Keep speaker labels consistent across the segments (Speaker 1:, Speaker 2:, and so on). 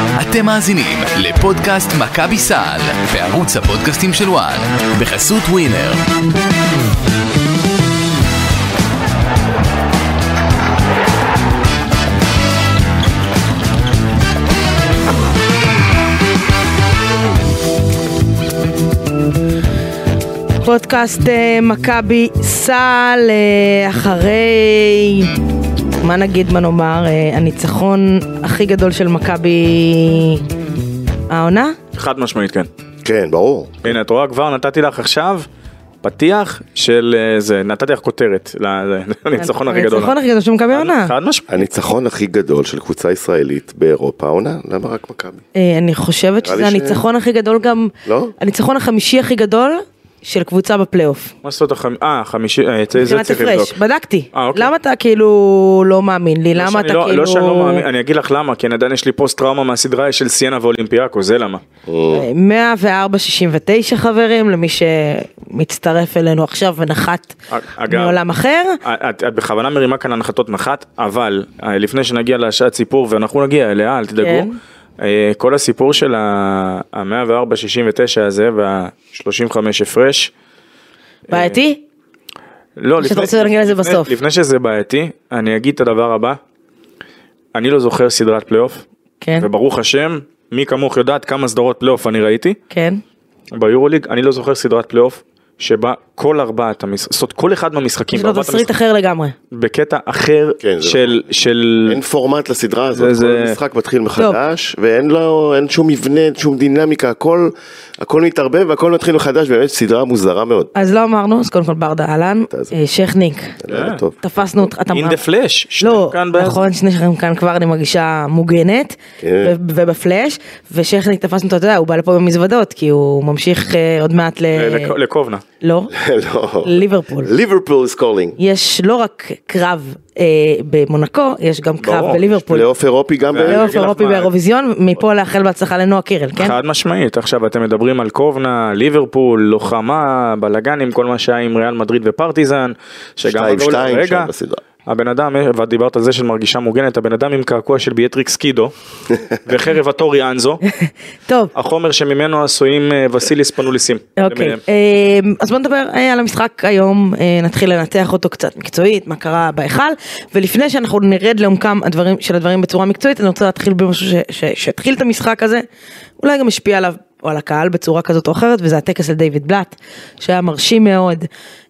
Speaker 1: אתם מאזינים לפודקאסט מכבי סל, בערוץ הפודקאסטים של וואן, בחסות ווינר.
Speaker 2: פודקאסט מכבי סל, אחרי, מה נגיד, מה נאמר, הניצחון הכי גדול של מכבי העונה?
Speaker 3: חד משמעית, כן.
Speaker 4: כן, ברור.
Speaker 3: הנה, את רואה כבר, נתתי לך עכשיו פתיח של זה, נתתי לך כותרת לניצחון הכי גדול.
Speaker 2: הניצחון הכי גדול של מכבי העונה.
Speaker 3: חד משמעית.
Speaker 4: הניצחון הכי גדול של קבוצה ישראלית באירופה העונה, למה רק מכבי?
Speaker 2: אני חושבת שזה הניצחון הכי גדול גם, הניצחון החמישי הכי גדול של קבוצה בפלייאוף.
Speaker 3: מה זאת חמישי? זה צריך לבדוק.
Speaker 2: בדקתי. למה אתה כאילו לא מאמין לי? למה אתה כאילו...
Speaker 3: לא שאני לא מאמין, אני אגיד לך למה, כי עדיין יש לי פוסט טראומה מהסדרה של סיינה ואולימפיאקו, זה למה.
Speaker 2: 104-69 חברים, למי שמצטרף אלינו עכשיו ונחת מעולם אחר.
Speaker 3: את בכוונה מרימה כאן הנחתות נחת, אבל לפני שנגיע לשעת סיפור, ואנחנו נגיע אליה, אל תדאגו. כל הסיפור של ה-104-69 הזה וה-35 הפרש
Speaker 2: בעייתי?
Speaker 3: לא, לפני שזה בעייתי, אני אגיד את הדבר הבא. אני לא זוכר סדרת פלייאוף, וברוך השם, מי כמוך יודעת כמה סדרות פלייאוף אני ראיתי. כן. ביורוליג, אני לא זוכר סדרת פלייאוף שבה כל ארבעת המשחקים, כל אחד מהמשחקים,
Speaker 2: יש לו תסריט אחר לגמרי.
Speaker 3: בקטע אחר של...
Speaker 4: אין פורמט לסדרה הזאת, כל משחק מתחיל מחדש, ואין שום מבנה, שום דינמיקה, הכל מתערבב והכל מתחיל מחדש, באמת סדרה מוזרה מאוד.
Speaker 2: אז לא אמרנו, אז קודם כל ברדה אהלן, שכניק, תפסנו אותך,
Speaker 3: In the flash,
Speaker 2: לא, נכון, שני שכם כאן כבר אני מרגישה מוגנת, ובפלאש, ושכניק תפסנו אותו, אתה יודע, הוא בא לפה במזוודות, כי הוא ממשיך עוד מעט
Speaker 3: לקובנה.
Speaker 2: לא, ליברפול.
Speaker 4: ליברפול is calling.
Speaker 2: יש לא רק קרב במונקו, יש גם קרב בליברפול.
Speaker 4: פלייאוף אירופי גם
Speaker 2: פלייאוף אירופי באירוויזיון, מפה לאחל בהצלחה לנועה קירל, כן?
Speaker 3: חד משמעית, עכשיו אתם מדברים על קובנה, ליברפול, לוחמה, בלגנים, כל מה שהיה עם ריאל מדריד ופרטיזן, שגם רגע, הבן אדם, ודיברת על זה של מרגישה מוגנת, הבן אדם עם קעקוע של ביאטריקס קידו, וחרב הטורי אנזו,
Speaker 2: טוב.
Speaker 3: החומר שממנו עשויים וסיליס פנוליסים.
Speaker 2: אוקיי, אז בוא נדבר על המשחק היום, נתחיל לנתח אותו קצת מקצועית, מה קרה בהיכל, ולפני שאנחנו נרד לעומקם של הדברים בצורה מקצועית, אני רוצה להתחיל במשהו שהתחיל את המשחק הזה, אולי גם השפיע עליו, או על הקהל בצורה כזאת או אחרת, וזה הטקס של דיוויד בלאט, שהיה מרשים מאוד.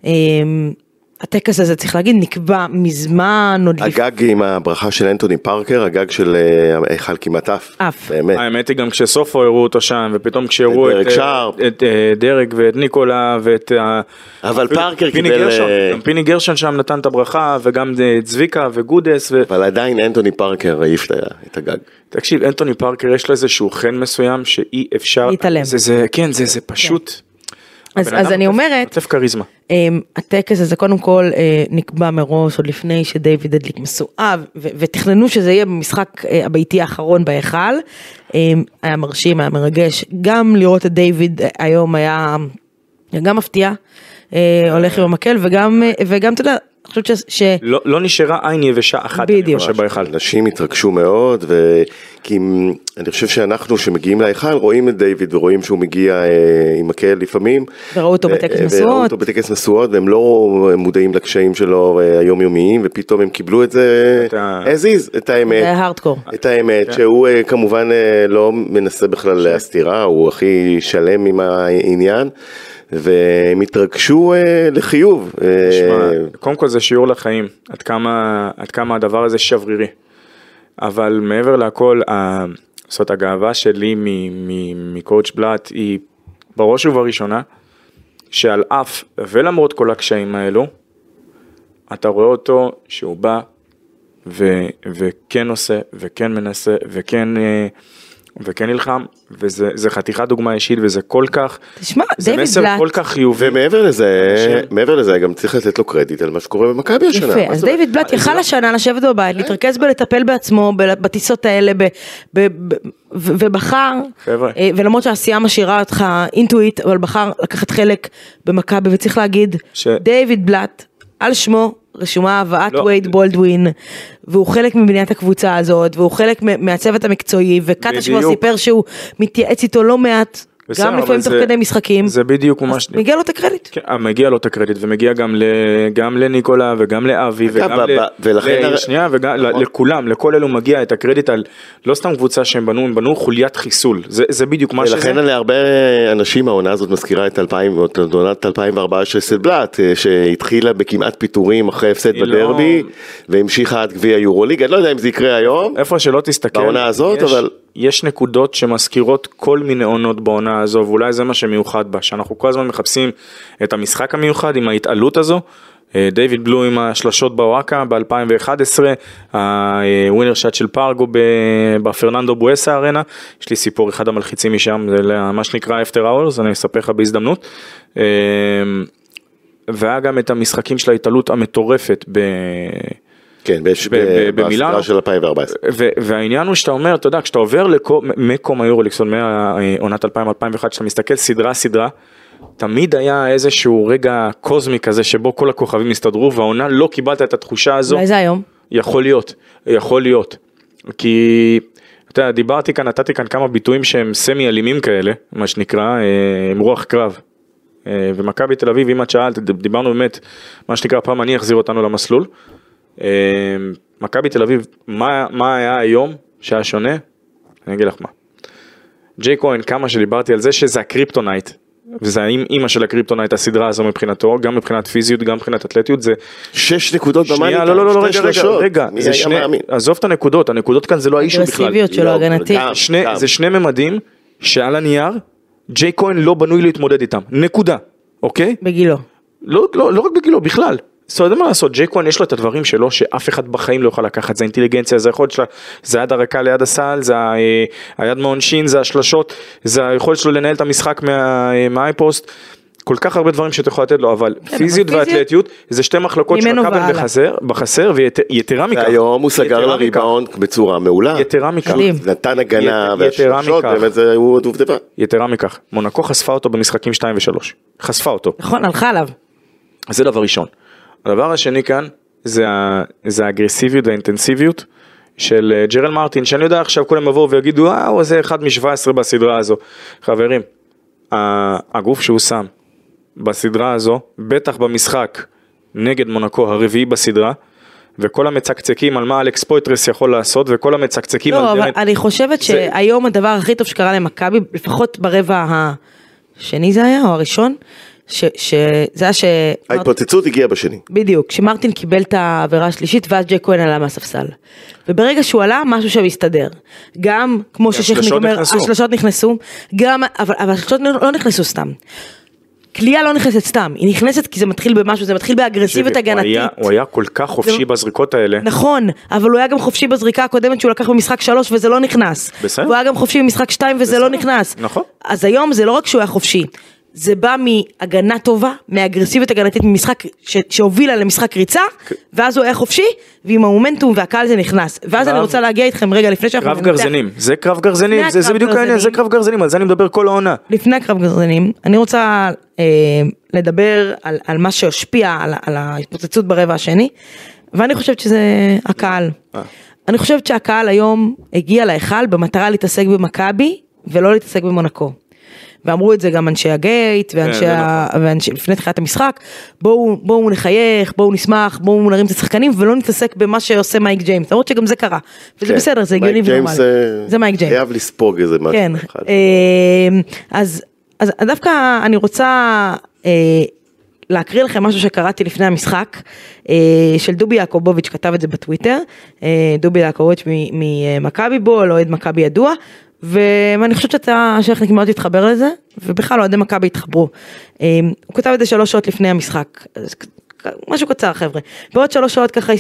Speaker 2: הטקס הזה, צריך להגיד, נקבע מזמן.
Speaker 4: הגג עם הברכה של אנטוני פארקר, הגג של היכל כמעט אף.
Speaker 3: האמת היא גם כשסופו הראו אותו שם, ופתאום כשהראו את דרק ואת ניקולה ואת...
Speaker 4: אבל פארקר קיבל...
Speaker 3: גם פיני גרשון שם נתן את הברכה, וגם צביקה וגודס.
Speaker 4: אבל עדיין אנטוני פארקר העיף את הגג.
Speaker 3: תקשיב, אנטוני פארקר יש לו איזשהו חן מסוים שאי אפשר...
Speaker 2: להתעלם.
Speaker 3: כן, זה פשוט...
Speaker 2: אז אני אומרת, הטקס הזה קודם כל נקבע מראש עוד לפני שדיוויד הדליק משואה, ותכננו שזה יהיה במשחק הביתי האחרון בהיכל, היה מרשים, היה מרגש, גם לראות את דיוויד היום היה גם מפתיע, הולך עם המקל, וגם אתה יודע, אני חושבת
Speaker 3: לא נשארה עין יבשה אחת.
Speaker 2: בדיוק.
Speaker 4: אנשים התרגשו מאוד, כי אני חושב שאנחנו שמגיעים להיכל רואים את דיוויד ורואים שהוא מגיע עם מקל לפעמים.
Speaker 2: וראו אותו בטקס משואות.
Speaker 4: וראו אותו בטקס משואות, והם לא מודעים לקשיים שלו היומיומיים, ופתאום הם קיבלו את זה as is, את האמת.
Speaker 2: זה הארדקור.
Speaker 4: את האמת, שהוא כמובן לא מנסה בכלל להסתירה, הוא הכי שלם עם העניין. והם התרגשו לחיוב.
Speaker 3: קודם כל זה שיעור לחיים, עד כמה הדבר הזה שברירי. אבל מעבר לכל, זאת הגאווה שלי מקואוצ' בלאט היא בראש ובראשונה, שעל אף ולמרות כל הקשיים האלו, אתה רואה אותו שהוא בא וכן עושה וכן מנסה וכן נלחם, וזה חתיכת דוגמה אישית, וזה כל כך,
Speaker 2: תשמע,
Speaker 3: זה מסר כל כך חיובי.
Speaker 4: ומעבר לזה, גם צריך לתת לו קרדיט על מה שקורה במכבי השנה.
Speaker 2: יפה, אז דיוויד בלאט יכל השנה לשבת בבית, להתרכז בלטפל בעצמו, בטיסות האלה, ובחר, ולמרות שהעשייה משאירה אותך אינטואיט, אבל בחר לקחת חלק במכבי, וצריך להגיד, דיוויד בלאט, על שמו, רשומה הבאת וייד בולדווין, והוא חלק מבניית הקבוצה הזאת, והוא חלק מהצוות המקצועי, וקטש כבר סיפר שהוא מתייעץ איתו לא מעט, גם לפעמים תוך כדי משחקים.
Speaker 3: זה בדיוק מה
Speaker 2: מגיע לו את הקרדיט.
Speaker 3: מגיע לו את הקרדיט, ומגיע גם לניקולה, וגם לאבי, וגם לכולם, לכל אלו מגיע את הקרדיט על, לא סתם קבוצה שהם בנו, הם בנו חוליית חיסול. זה בדיוק מה שזה.
Speaker 4: ולכן להרבה אנשים העונה הזאת מזכירה את 2014 של בלאט, שהתחילה בכמעט פיטורים אחרי הפסד בדרבי, והמשיכה עד גביע היורוליג. אני לא יודע אם זה יקרה היום.
Speaker 3: איפה שלא תסתכל.
Speaker 4: בעונה הזאת, אבל
Speaker 3: יש נקודות שמזכירות כל מיני עונות בעונה הזו, ואולי זה מה שמיוחד בה, שאנחנו כל הזמן מחפשים את המשחק המיוחד עם ההתעלות הזו. דיוויד בלו עם השלשות בוואקה ב-2011, הווינר שאט של פארגו בפרננדו בואסה ארנה, יש לי סיפור אחד המלחיצים משם, זה מה שנקרא After Hours, אני אספר לך בהזדמנות, והיה גם את המשחקים של ההתעלות המטורפת
Speaker 4: כן, בסדרה של 2014.
Speaker 3: והעניין הוא שאתה אומר, אתה יודע, כשאתה עובר מקום היורוליקסון, מהעונת 2001, שאתה מסתכל סדרה, תמיד היה איזשהו רגע קוזמי כזה, שבו כל הכוכבים הסתדרו, והעונה לא קיבלת את התחושה הזו.
Speaker 2: אולי זה היום?
Speaker 3: יכול להיות. כי, אתה יודע, דיברתי כאן, נתתי כאן כמה ביטויים שהם סמי אלימים כאלה, מה שנקרא, רוח קרב. ומכבי תל אביב, אם את שאלת, דיברנו באמת, מה שנקרא, פעם אני אחזיר אותנו למסלול. מכבי תל אביב, מה היה היום שהיה שונה? אני אגיד לך מה. ג'יי כהן, כמה שדיברתי על זה, שזה הקריפטונייט, וזה אימא של הקריפטונייט, הסדרה הזו מבחינתו, גם מבחינת פיזיות, גם מבחינת אתלטיות, זה
Speaker 4: 6 נקודות במאניטה,
Speaker 3: לא, רגע, עזוב את הנקודות כאן זה לא האישו בכלל.
Speaker 2: אגרסיביות שלו, הגנתי.
Speaker 3: זה שני ממדים, שעל הנייר, ג'יי כהן לא בנוי להתמודד איתם, נקודה, אוקיי?
Speaker 2: בגילו. לא
Speaker 3: רק בגילו, בכלל. אתה יודע מה לעשות, ג'יי כהן יש לו את הדברים שלו, שאף אחד בחיים לא יכול לקחת, זה אינטליגנציה, זה היכולת שלה, זה היד הרכה ליד הסל, זה היד מעונשין, זה השלשות, זה היכולת שלו לנהל את המשחק מהאייפוסט, כל כך הרבה דברים שאתה יכול לתת לו, אבל פיזיות ואתלטיות, זה שתי מחלקות של מכבי בחסר, ויתרה מכך.
Speaker 4: והיום הוא סגר לריבאונד בצורה מעולה.
Speaker 3: יתרה מכך.
Speaker 4: נתן הגנה והשלשות, באמת זה הוא דובדבה.
Speaker 3: יתרה מכך. מונקו חשפה אותו במשחקים 2 ו-3. חשפה אותו.
Speaker 2: נכון, הלכה עליו.
Speaker 3: זה דבר ראשון. הדבר השני כאן, זה האגרסיביות והאינטנסיביות של ג'רל מרטין, שאני יודע עכשיו כולם יבואו ויגידו, זה 1 מ-17 בסדרה הזו. חברים, הגוף שהוא שם בסדרה הזו, בטח במשחק נגד מונקו הרביעי בסדרה, וכל המצקצקים על מה אלכס פויטרס יכול לעשות, וכל המצקצקים
Speaker 2: לא, אבל אני חושבת שהיום הדבר הכי טוב שקרה למכבי, לפחות ברבע השני זה היה, או הראשון, שזה היה
Speaker 4: ההתפוצצות הגיעה בשני.
Speaker 2: בדיוק, שמרטין קיבל את העבירה השלישית, ואז ג'יי כהן עלה מהספסל. וברגע שהוא עלה, משהו שם הסתדר. גם, כמו ששכניק אומר, השלשות נכנסו, אבל השלשות לא נכנסו סתם. קליעה לא נכנסת סתם, היא נכנסת כי זה מתחיל במשהו, זה מתחיל באגרסיבית הגנתית.
Speaker 3: הוא היה כל כך חופשי בזריקות האלה.
Speaker 2: נכון, אבל הוא היה גם חופשי בזריקה הקודמת שהוא לקח במשחק 3 וזה לא נכנס.
Speaker 3: בסדר.
Speaker 2: והוא היה גם חופשי במשחק 2 וזה לא נכנס.
Speaker 3: נכון.
Speaker 2: אז היום זה לא רק שהוא היה חופשי, זה בא מהגנה טובה, מאגרסיבית הגנתית, ממשחק שהובילה למשחק ריצה, ואז הוא היה חופשי, ועם המומנטום והקהל זה נכנס. ואז אני רוצה להגיע איתכם רגע לפני שאנחנו...
Speaker 3: קרב גרזנים, זה קרב גרזנים, זה בדיוק העניין, זה קרב גרזנים, על זה אני מדבר כל העונה.
Speaker 2: לפני הקרב גרזנים, אני רוצה לדבר על מה שהשפיע על ההתפוצצות ברבע השני, ואני חושבת שזה הקהל. אני חושבת שהקהל היום הגיע להיכל במטרה להתעסק במכבי, ולא להתעסק במונקו. ואמרו את זה גם אנשי הגייט, ואנשי לפני תחילת המשחק, בואו נחייך, בואו נשמח, בואו נרים את השחקנים, ולא נתעסק במה שעושה מייק ג'יימס, למרות שגם זה קרה, וזה בסדר, זה הגיוני ונורמל. זה מייק ג'יימס.
Speaker 4: חייב לספוג איזה משהו.
Speaker 2: כן, אז דווקא אני רוצה להקריא לכם משהו שקראתי לפני המשחק, של דובי יעקובוביץ' כתב את זה בטוויטר, דובי יעקובוביץ' ממכבי בו, לא עד מכבי ידוע, ואני חושבת שאתה שייך מאוד להתחבר לזה, ובכלל לא עדי מכבי התחברו. הוא כותב את זה 3 שעות לפני המשחק, משהו קצר חבר'ה. בעוד 3 שעות ככה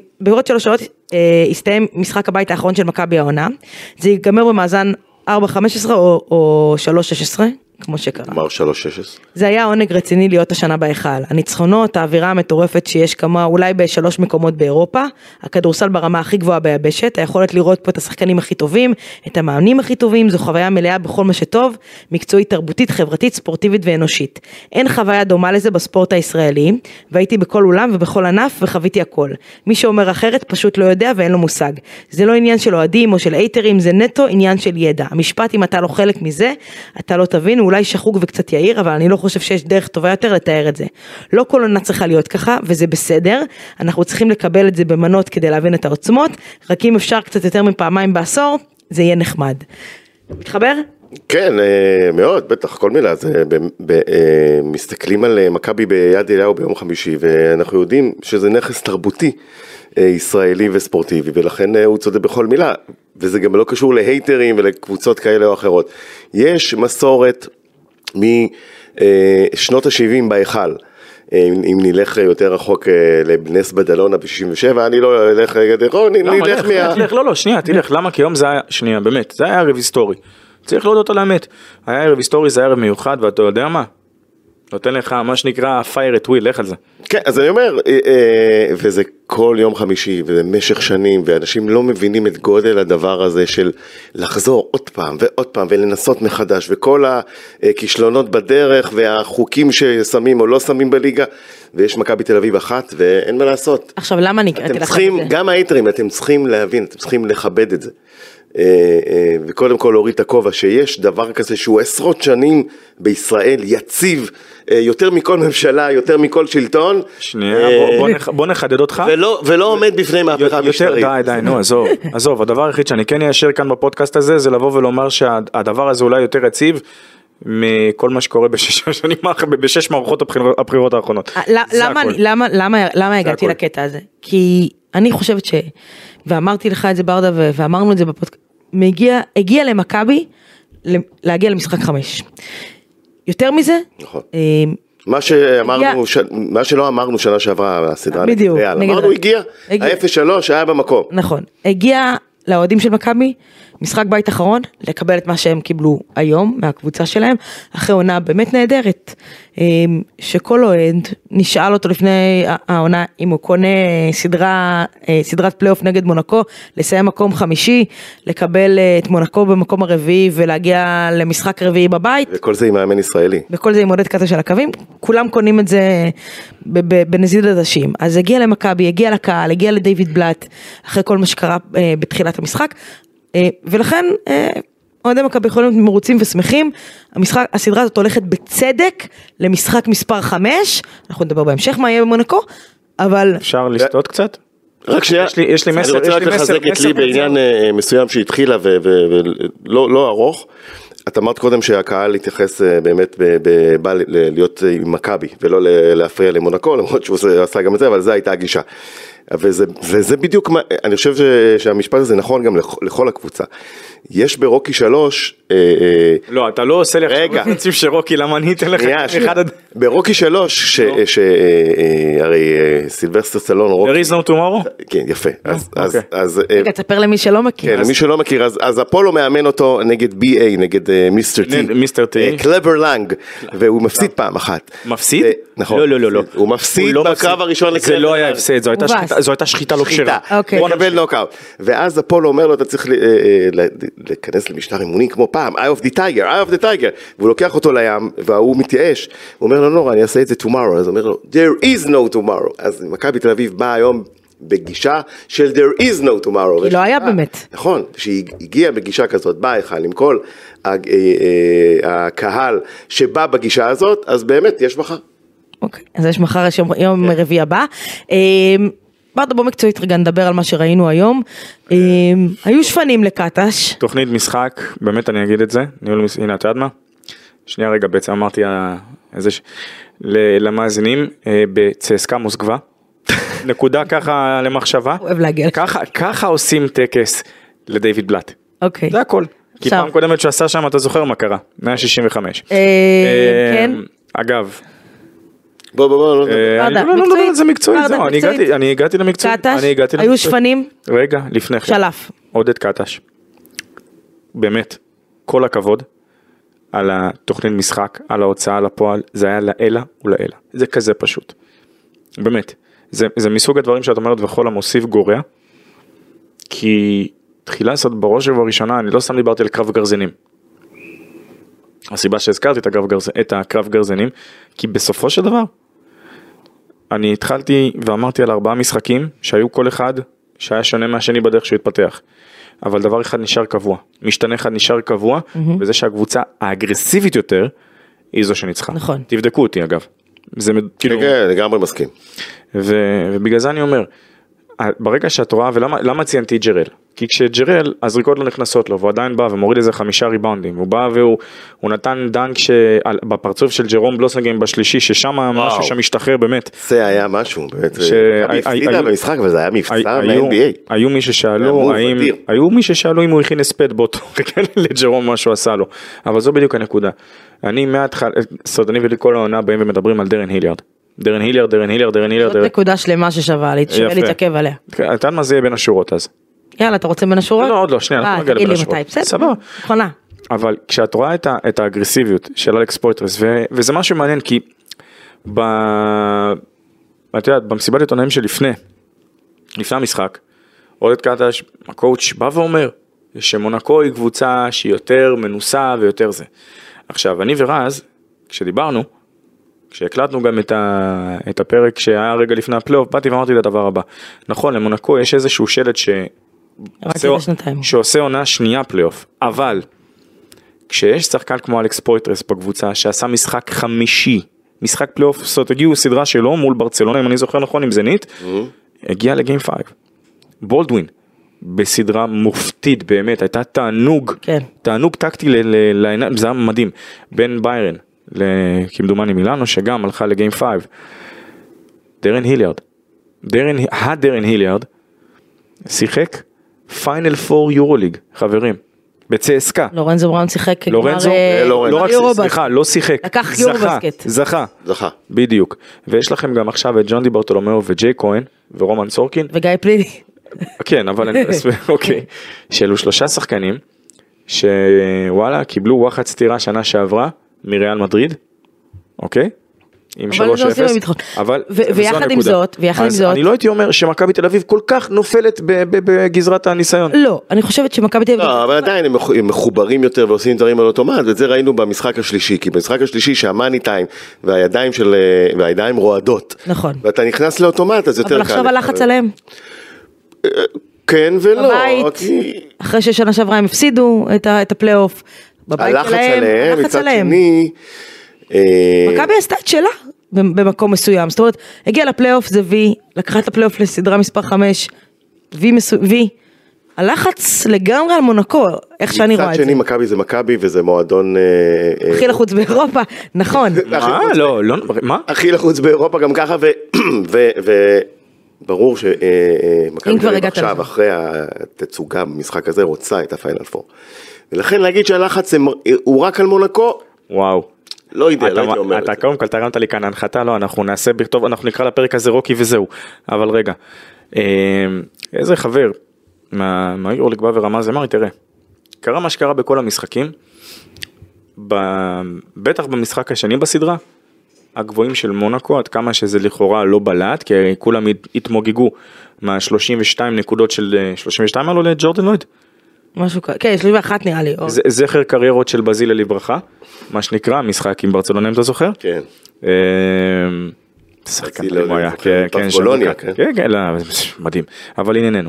Speaker 2: הסתיים משחק הבית האחרון של מכבי העונה, זה ייגמר במאזן 4-15 או 3-16, כמו שקרה.
Speaker 4: אמר 3-16.
Speaker 2: זה היה עונג רציני להיות השנה בהיכל. הניצחונות, האווירה המטורפת שיש כמה, אולי ב3 מקומות באירופה, הכדורסל ברמה הכי גבוהה ביבשת, היכולת לראות פה את השחקנים הכי טובים, את המאמנים הכי טובים, זו חוויה מלאה בכל מה שטוב, מקצועית, תרבותית, חברתית, ספורטיבית ואנושית. אין חוויה דומה לזה בספורט הישראלי, והייתי בכל אולם ובכל ענף וחוויתי הכל. מי שאומר אחרת פשוט לא יודע ואין לו מושג. זה לא עניין של אוהדים או של אייטרים, זה נטו עניין של ידע. המשפט, אם אתה לא חלק מזה, אתה לא תבין, אולי שחוק וקצת יאיר, אבל אני לא חושב שיש דרך טובה יותר לתאר את זה. לא כל עונה צריכה להיות ככה, וזה בסדר. אנחנו צריכים לקבל את זה במנות כדי להבין את העוצמות, רק אם אפשר קצת יותר מפעמיים בעשור, זה יהיה נחמד. מתחבר?
Speaker 4: כן, מאוד, בטח, כל מילה. מסתכלים על מכבי ביד אליהו ביום חמישי, ואנחנו יודעים שזה נכס תרבותי ישראלי וספורטיבי, ולכן הוא צודק בכל מילה, וזה גם לא קשור להייטרים ולקבוצות כאלה או אחרות. יש מסורת משנות ה-70 בהיכל, אם נלך יותר רחוק לבנס בדלונה ב-67, אני לא אלך, נלך
Speaker 3: לא, שנייה, תלך, למה? כי היום זה היה, שנייה, באמת, זה היה ערב היסטורי. צריך להודות על האמת. היה ערב היסטורי, זה ערב מיוחד, ואתה יודע מה? נותן לך מה שנקרא fire at will, לך על זה.
Speaker 4: כן, אז אני אומר, וזה כל יום חמישי, ובמשך שנים, ואנשים לא מבינים את גודל הדבר הזה של לחזור עוד פעם ועוד פעם, ולנסות מחדש, וכל הכישלונות בדרך, והחוקים ששמים או לא שמים בליגה, ויש מכבי תל אביב אחת, ואין מה לעשות.
Speaker 2: עכשיו, למה נקראתי לך את זה?
Speaker 4: גם האייטרים, אתם צריכים להבין, אתם צריכים לכבד את זה. וקודם כל להוריד את הכובע שיש דבר כזה שהוא עשרות שנים בישראל יציב יותר מכל ממשלה, יותר מכל שלטון.
Speaker 3: שנייה, בוא נחדד אותך.
Speaker 4: ולא עומד בפני מהפכה משטרית.
Speaker 3: די, נו, עזוב, הדבר היחיד שאני כן איישר כאן בפודקאסט הזה, זה לבוא ולומר שהדבר הזה אולי יותר יציב, מכל מה שקורה בשש מערכות הבחירות האחרונות.
Speaker 2: למה הגעתי לקטע הזה? כי אני חושבת ואמרתי לך את זה ברדה, ואמרנו את זה בפודקאסט, הגיע למכבי, להגיע למשחק 5. יותר מזה?
Speaker 4: נכון. מה שלא אמרנו שנה שעברה, הסדרה
Speaker 2: בדיוק.
Speaker 4: אמרנו הגיע, ה-0-3 היה במקום.
Speaker 2: נכון. הגיע לאוהדים של מכבי, משחק בית אחרון, לקבל את מה שהם קיבלו היום מהקבוצה שלהם, אחרי עונה באמת נהדרת, שכל אוהד נשאל אותו לפני העונה אם הוא קונה סדרת פלייאוף נגד מונקו, לסיים מקום 5, לקבל את מונקו במקום הרביעי ולהגיע למשחק רביעי בבית.
Speaker 4: וכל זה עם מאמן ישראלי.
Speaker 2: וכל זה עם עודד קאטה של הקווים, כולם קונים את זה בנזיד עדשים. אז הגיע למכבי, הגיע לקהל, הגיע לדיוויד בלאט, אחרי כל מה שקרה בתחילת המשחק, ולכן אוהדי מכבי יכולים להיות מרוצים ושמחים. הסדרה הזאת הולכת בצדק למשחק מספר 5, אנחנו נדבר בהמשך מה יהיה במונקו, אבל
Speaker 3: אפשר לשתות קצת?
Speaker 4: רק שנייה,
Speaker 3: יש לי מסר,
Speaker 4: אני רוצה רק לחזק את לי בעניין מסוים שהתחילה ולא ארוך. את אמרת קודם שהקהל התייחס באמת בא להיות עם מכבי ולא להפריע למונקו, למרות שהוא עשה גם את זה, אבל זו הייתה הגישה. וזה בדיוק, אני חושב שהמשפט הזה נכון גם לכל הקבוצה. יש ברוקי 3...
Speaker 3: לא, אתה לא עושה לי עכשיו נציב שרוקי, למה אני אתן לך אחד...
Speaker 4: ברוקי 3, הרי סילבסטר סטלון...
Speaker 3: There is no tomorrow?
Speaker 4: כן, יפה.
Speaker 2: רגע, תספר למי שלא מכיר.
Speaker 4: כן, למי שלא מכיר, אז אפולו מאמן אותו נגד BA, נגד מיסטר טי. קלבר לנג, והוא מפסיד פעם אחת.
Speaker 3: מפסיד?
Speaker 4: נכון.
Speaker 3: לא.
Speaker 4: הוא מפסיד בקרב הראשון לקלבר.
Speaker 3: זה לא היה הפסד, זו הייתה שחיטה לא כשרה.
Speaker 4: הוא מקבל נוקאוט. ואז אפולו אומר לו, אתה צריך להיכנס למשטר אימוני כמו פעם, eye of the tiger, והוא לוקח אותו לים, והוא מתייאש, הוא אומר לו, לא, אני אעשה את זה tomorrow, אז הוא אומר לו, there is no tomorrow, אז מכבי תל אביב בא היום בגישה של there is no tomorrow.
Speaker 2: כי לא היה באמת.
Speaker 4: נכון, שהיא הגיעה בגישה כזאת, באה אחד עם כל הקהל שבא בגישה הזאת, אז באמת יש מחר.
Speaker 2: אוקיי, אז יש מחר, יש יום רביעי הבא. ברדה, בוא מקצועית רגע נדבר על מה שראינו היום. היו שפנים לקטש.
Speaker 3: תוכנית משחק, באמת אני אגיד את זה, הנה אתה יודע מה? שנייה רגע, בעצם אמרתי למאזינים בצסקה מוסקבה, נקודה ככה למחשבה,
Speaker 2: אוהב להגיע.
Speaker 3: ככה עושים טקס לדיוויד בלאט.
Speaker 2: אוקיי.
Speaker 3: זה הכל. כי פעם קודמת שעשה שם, אתה זוכר מה קרה? 165.
Speaker 2: כן.
Speaker 3: אגב,
Speaker 4: בוא,
Speaker 3: לא, זה מקצועי, אני הגעתי למקצועי.
Speaker 2: קטש, היו שפנים?
Speaker 3: רגע, לפני כן.
Speaker 2: שלף.
Speaker 3: עודד קטש. באמת, כל הכבוד. על התוכנית משחק, על ההוצאה לפועל, זה היה לאלה ולאלה. זה כזה פשוט. באמת. זה מסוג הדברים שאת אומרת וכל המוסיף גורע, כי תחילה לעשות בראש ובראשונה, אני לא סתם דיברתי על קרב גרזינים. הסיבה שהזכרתי את הקרב גרזינים, כי בסופו של דבר, אני התחלתי ואמרתי על 4 משחקים, שהיו כל אחד, שהיה שונה מהשני בדרך שהוא התפתח. אבל דבר אחד נשאר קבוע, משתנה אחד נשאר קבוע, וזה שהקבוצה האגרסיבית יותר, היא זו שניצחה.
Speaker 2: נכון.
Speaker 3: תבדקו אותי אגב. זה כאילו...
Speaker 4: כן, לגמרי מסכים.
Speaker 3: ובגלל זה אני אומר, ברגע שאת רואה, ולמה ציינתי ג'רל? כי כשג'רל, הזריקות לא נכנסות לו, והוא עדיין בא ומוריד איזה 5 ריבאונדים, הוא בא והוא נתן דנק בפרצוף של ג'רום בלוסנגים בשלישי, ששם משהו שם משתחרר באמת.
Speaker 4: זה היה משהו, באמת, הפסידה במשחק, אבל זה היה מבצע מה-NBA.
Speaker 3: היו מי ששאלו אם הוא הכין הספד באותו, לג'רום מה שהוא עשה לו, אבל זו בדיוק הנקודה. אני ולכל העונה באים ומדברים על דרן היליארד. דרן היליארד.
Speaker 2: זאת נקודה שלמה ששווה להתעכב עליה.
Speaker 3: אתה יודע מה זה יהיה בין השורות אז?
Speaker 2: יאללה, אתה רוצה בין השורות?
Speaker 3: לא, עוד לא, שנייה, אנחנו נגיע לבין השורות.
Speaker 2: סבבה. נכונה.
Speaker 3: אבל כשאת רואה את האגרסיביות של אלכס פויטרס, וזה משהו מעניין, כי את יודעת, במסיבת עיתונאים שלפני המשחק, עודד קטש, הקואוץ' בא ואומר, שמונקו היא קבוצה שהיא יותר מנוסה ויותר זה. עכשיו, אני ורז, כשדיברנו, כשהקלטנו גם את הפרק שהיה רגע לפני הפלייאוף, באתי ואמרתי לדבר הבא. נכון, למונקו יש איזשהו שלט שעושה עונה שנייה פלייאוף, אבל כשיש שחקן כמו אלכס פויטרס בקבוצה, שעשה משחק 5, משחק פלייאוף, זאת הגיעו סדרה שלו מול ברצלונה, אם אני זוכר נכון, עם זנית, הגיע לגיים 5. בולדווין, בסדרה מופתית באמת, הייתה תענוג טקטי לעיניים, זה היה מדהים, בין ביירן, כמדומני מילאנו, שגם הלכה לגיים 5. דרן היליארד, שיחק פיינל 4 יורוליג, חברים, בצסקה.
Speaker 2: לורנזו בראון שיחק
Speaker 3: לא שיחק,
Speaker 2: לקח יורובסקט.
Speaker 3: זכה, בדיוק. ויש לכם גם עכשיו את ג'ון די ברטולומיאו וג'יי כהן, ורומן סורקין.
Speaker 2: וגיא פליני.
Speaker 3: כן, אבל אוקיי. שאלו 3 שחקנים, שוואלה, קיבלו וואחד סתירה שנה שעברה, מריאל מדריד, אוקיי? עם 3-0, אבל
Speaker 2: ויחד עם זאת,
Speaker 3: אני לא הייתי אומר שמכבי תל אביב כל כך נופלת בגזרת הניסיון.
Speaker 2: לא, אני חושבת שמכבי תל אביב...
Speaker 4: לא, אבל עדיין הם מחוברים יותר ועושים דברים על אוטומט, ואת זה ראינו במשחק השלישי, כי במשחק השלישי שהמאני טיים והידיים רועדות.
Speaker 2: נכון.
Speaker 4: ואתה נכנס לאוטומט, אז יותר קל.
Speaker 2: אבל עכשיו הלחץ עליהם.
Speaker 4: כן ולא.
Speaker 2: בבית, אחרי ששנה שעברה הם הפסידו את הפלייאוף.
Speaker 4: הלחץ עליהם, מצד שני...
Speaker 2: מכבי עשתה את שלה במקום מסוים, זאת אומרת, הגיע לפלייאוף זה וי, לקחה את הפלייאוף לסדרה מספר 5, וי, הלחץ לגמרי על מונקו, איך שאני רואה את זה.
Speaker 4: מצד שני מכבי זה מכבי וזה מועדון...
Speaker 2: הכי לחוץ באירופה, נכון.
Speaker 3: מה?
Speaker 4: הכי לחוץ באירופה גם ככה, וברור שמכבי עכשיו אחרי התצוגה במשחק הזה רוצה את הפיינל 4. ולכן להגיד שהלחץ הוא רק על מונקו,
Speaker 3: וואו.
Speaker 4: לא יודע, לא הייתי אומר את זה.
Speaker 3: אתה קודם כל תרמת לי כאן הנחתה, לא, אנחנו נעשה בכתוב, אנחנו נקרא לפרק הזה רוקי וזהו, אבל רגע, איזה חבר מהיורליג בא ורמז, אמר, תראה, קרה מה שקרה בכל המשחקים, בטח במשחק השני בסדרה, הגבוהים של מונקו, עד כמה שזה לכאורה לא בלט, כי כולם התמוגגו מה-32 נקודות של, 32 עלו לג'ורדן לויד?
Speaker 2: משהו כזה, כן, 31 נראה לי.
Speaker 3: זכר קריירות של בזילה לברכה, מה שנקרא, משחק עם ברצלונה, אם אתה זוכר?
Speaker 4: כן.
Speaker 3: שחקן הוא היה, כן, מדהים, אבל ענייננו.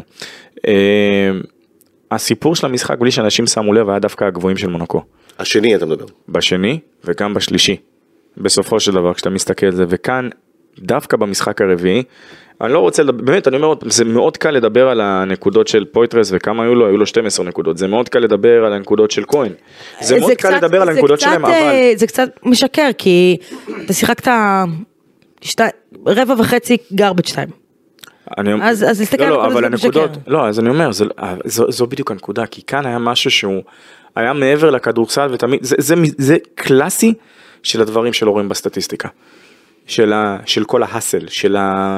Speaker 3: הסיפור של המשחק, בלי שאנשים שמו לב, היה דווקא הגבוהים של מונקו.
Speaker 4: השני אתה מדבר.
Speaker 3: בשני, וגם בשלישי. בסופו של דבר, כשאתה מסתכל על זה, וכאן, דווקא במשחק הרביעי, אני לא רוצה, באמת, אני אומר, זה מאוד קל לדבר על הנקודות של פויטרס, וכמה היו לו? היו לו 12 נקודות. זה מאוד קל לדבר על הנקודות של כהן. זה מאוד קל לדבר על הנקודות שלהם, אבל...
Speaker 2: זה קצת משקר, כי אתה שיחקת 1.5 garbage time. אז להסתכל על הנקודות זה משקר.
Speaker 3: לא, אז אני אומר, זו בדיוק הנקודה, כי כאן היה משהו שהוא היה מעבר לכדורסל, ותמיד, זה קלאסי של הדברים שלא רואים בסטטיסטיקה. של כל ההסל, של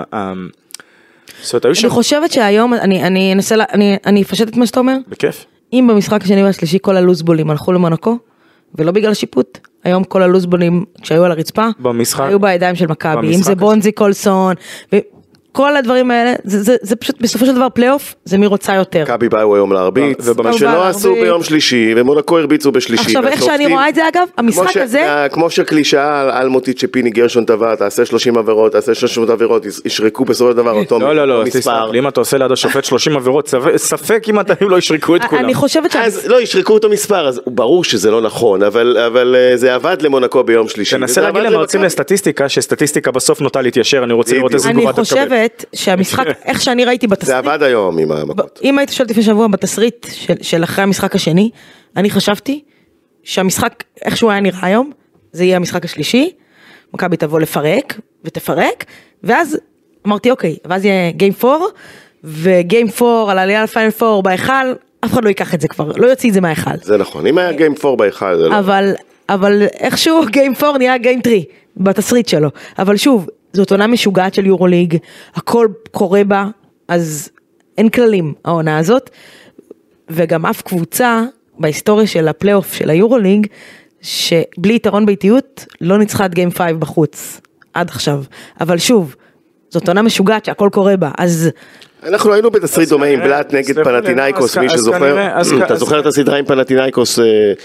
Speaker 2: אני חושבת שהיום, אני אפשט את מה שאתה אומר.
Speaker 3: בכיף.
Speaker 2: אם במשחק השני והשלישי כל הלוזבולים הלכו למונקו, ולא בגלל שיפוט. היום כל הלוזבונים שהיו על הרצפה,
Speaker 3: במשחק,
Speaker 2: היו בידיים של מכבי, אם זה בונזי קולסון, כל הדברים האלה, זה פשוט בסופו של דבר פלייאוף, זה מי רוצה יותר.
Speaker 4: מכבי באו היום להרביץ, מה שלא עשו ביום שלישי, ומונקו הרביצו בשלישי.
Speaker 2: עכשיו איך שאני רואה את זה אגב, המשחק הזה...
Speaker 4: כמו שקלישאה אלמותית שפיני גרשון טבע, תעשה 30 עבירות, תעשה 300 עבירות, ישרקו בסופו של דבר אותו מספר.
Speaker 3: לא, אם אתה עושה ליד השופט 30 עבירות, ספק אם אתם לא ישרקו את כולם.
Speaker 2: אני חושבת ש...
Speaker 4: אז לא, ישרקו אותו מספר, אז ברור שזה לא נכון, אבל זה עבד למונקו ביום שלישי.
Speaker 3: תנסה להגיד למרצים לסטטיסטיקה, שסטטיסטיקה בסוף נוטה להתיישר, אני רוצה לראות איזה תגובה אתה תקבל.
Speaker 2: שהמשחק, איך שאני ראיתי בתסריט,
Speaker 4: זה עבד היום עם המכות.
Speaker 2: אם היית שואלת לפני שבוע בתסריט של אחרי המשחק השני, אני חשבתי שהמשחק, איך שהוא היה נראה היום, זה יהיה המשחק השלישי, מכבי תבוא לפרק, ותפרק, ואז אמרתי אוקיי, ואז יהיה גיים 4, וגיים 4 על העלייה לפיינל 4 בהיכל, אף אחד לא ייקח את זה כבר, לא יוציא את זה מההיכל.
Speaker 4: זה נכון, אם היה גיים 4 בהיכל, זה לא.
Speaker 2: אבל איכשהו גיים 4 נהיה גיים 3, בתסריט שלו, אבל שוב, זאת עונה משוגעת של יורוליג, הכל קורה בה, אז אין כללים העונה הזאת, וגם אף קבוצה בהיסטוריה של הפלייאוף של היורוליג, שבלי יתרון ביתיות, לא ניצחה את גיים 5 בחוץ, עד עכשיו. אבל שוב, זאת עונה משוגעת שהכל קורה בה, אז...
Speaker 4: אנחנו היינו בתסריט דומה עם בלאט נגד פנתינייקוס, מי שזוכר, אתה זוכר את הסדרה עם פנתינייקוס...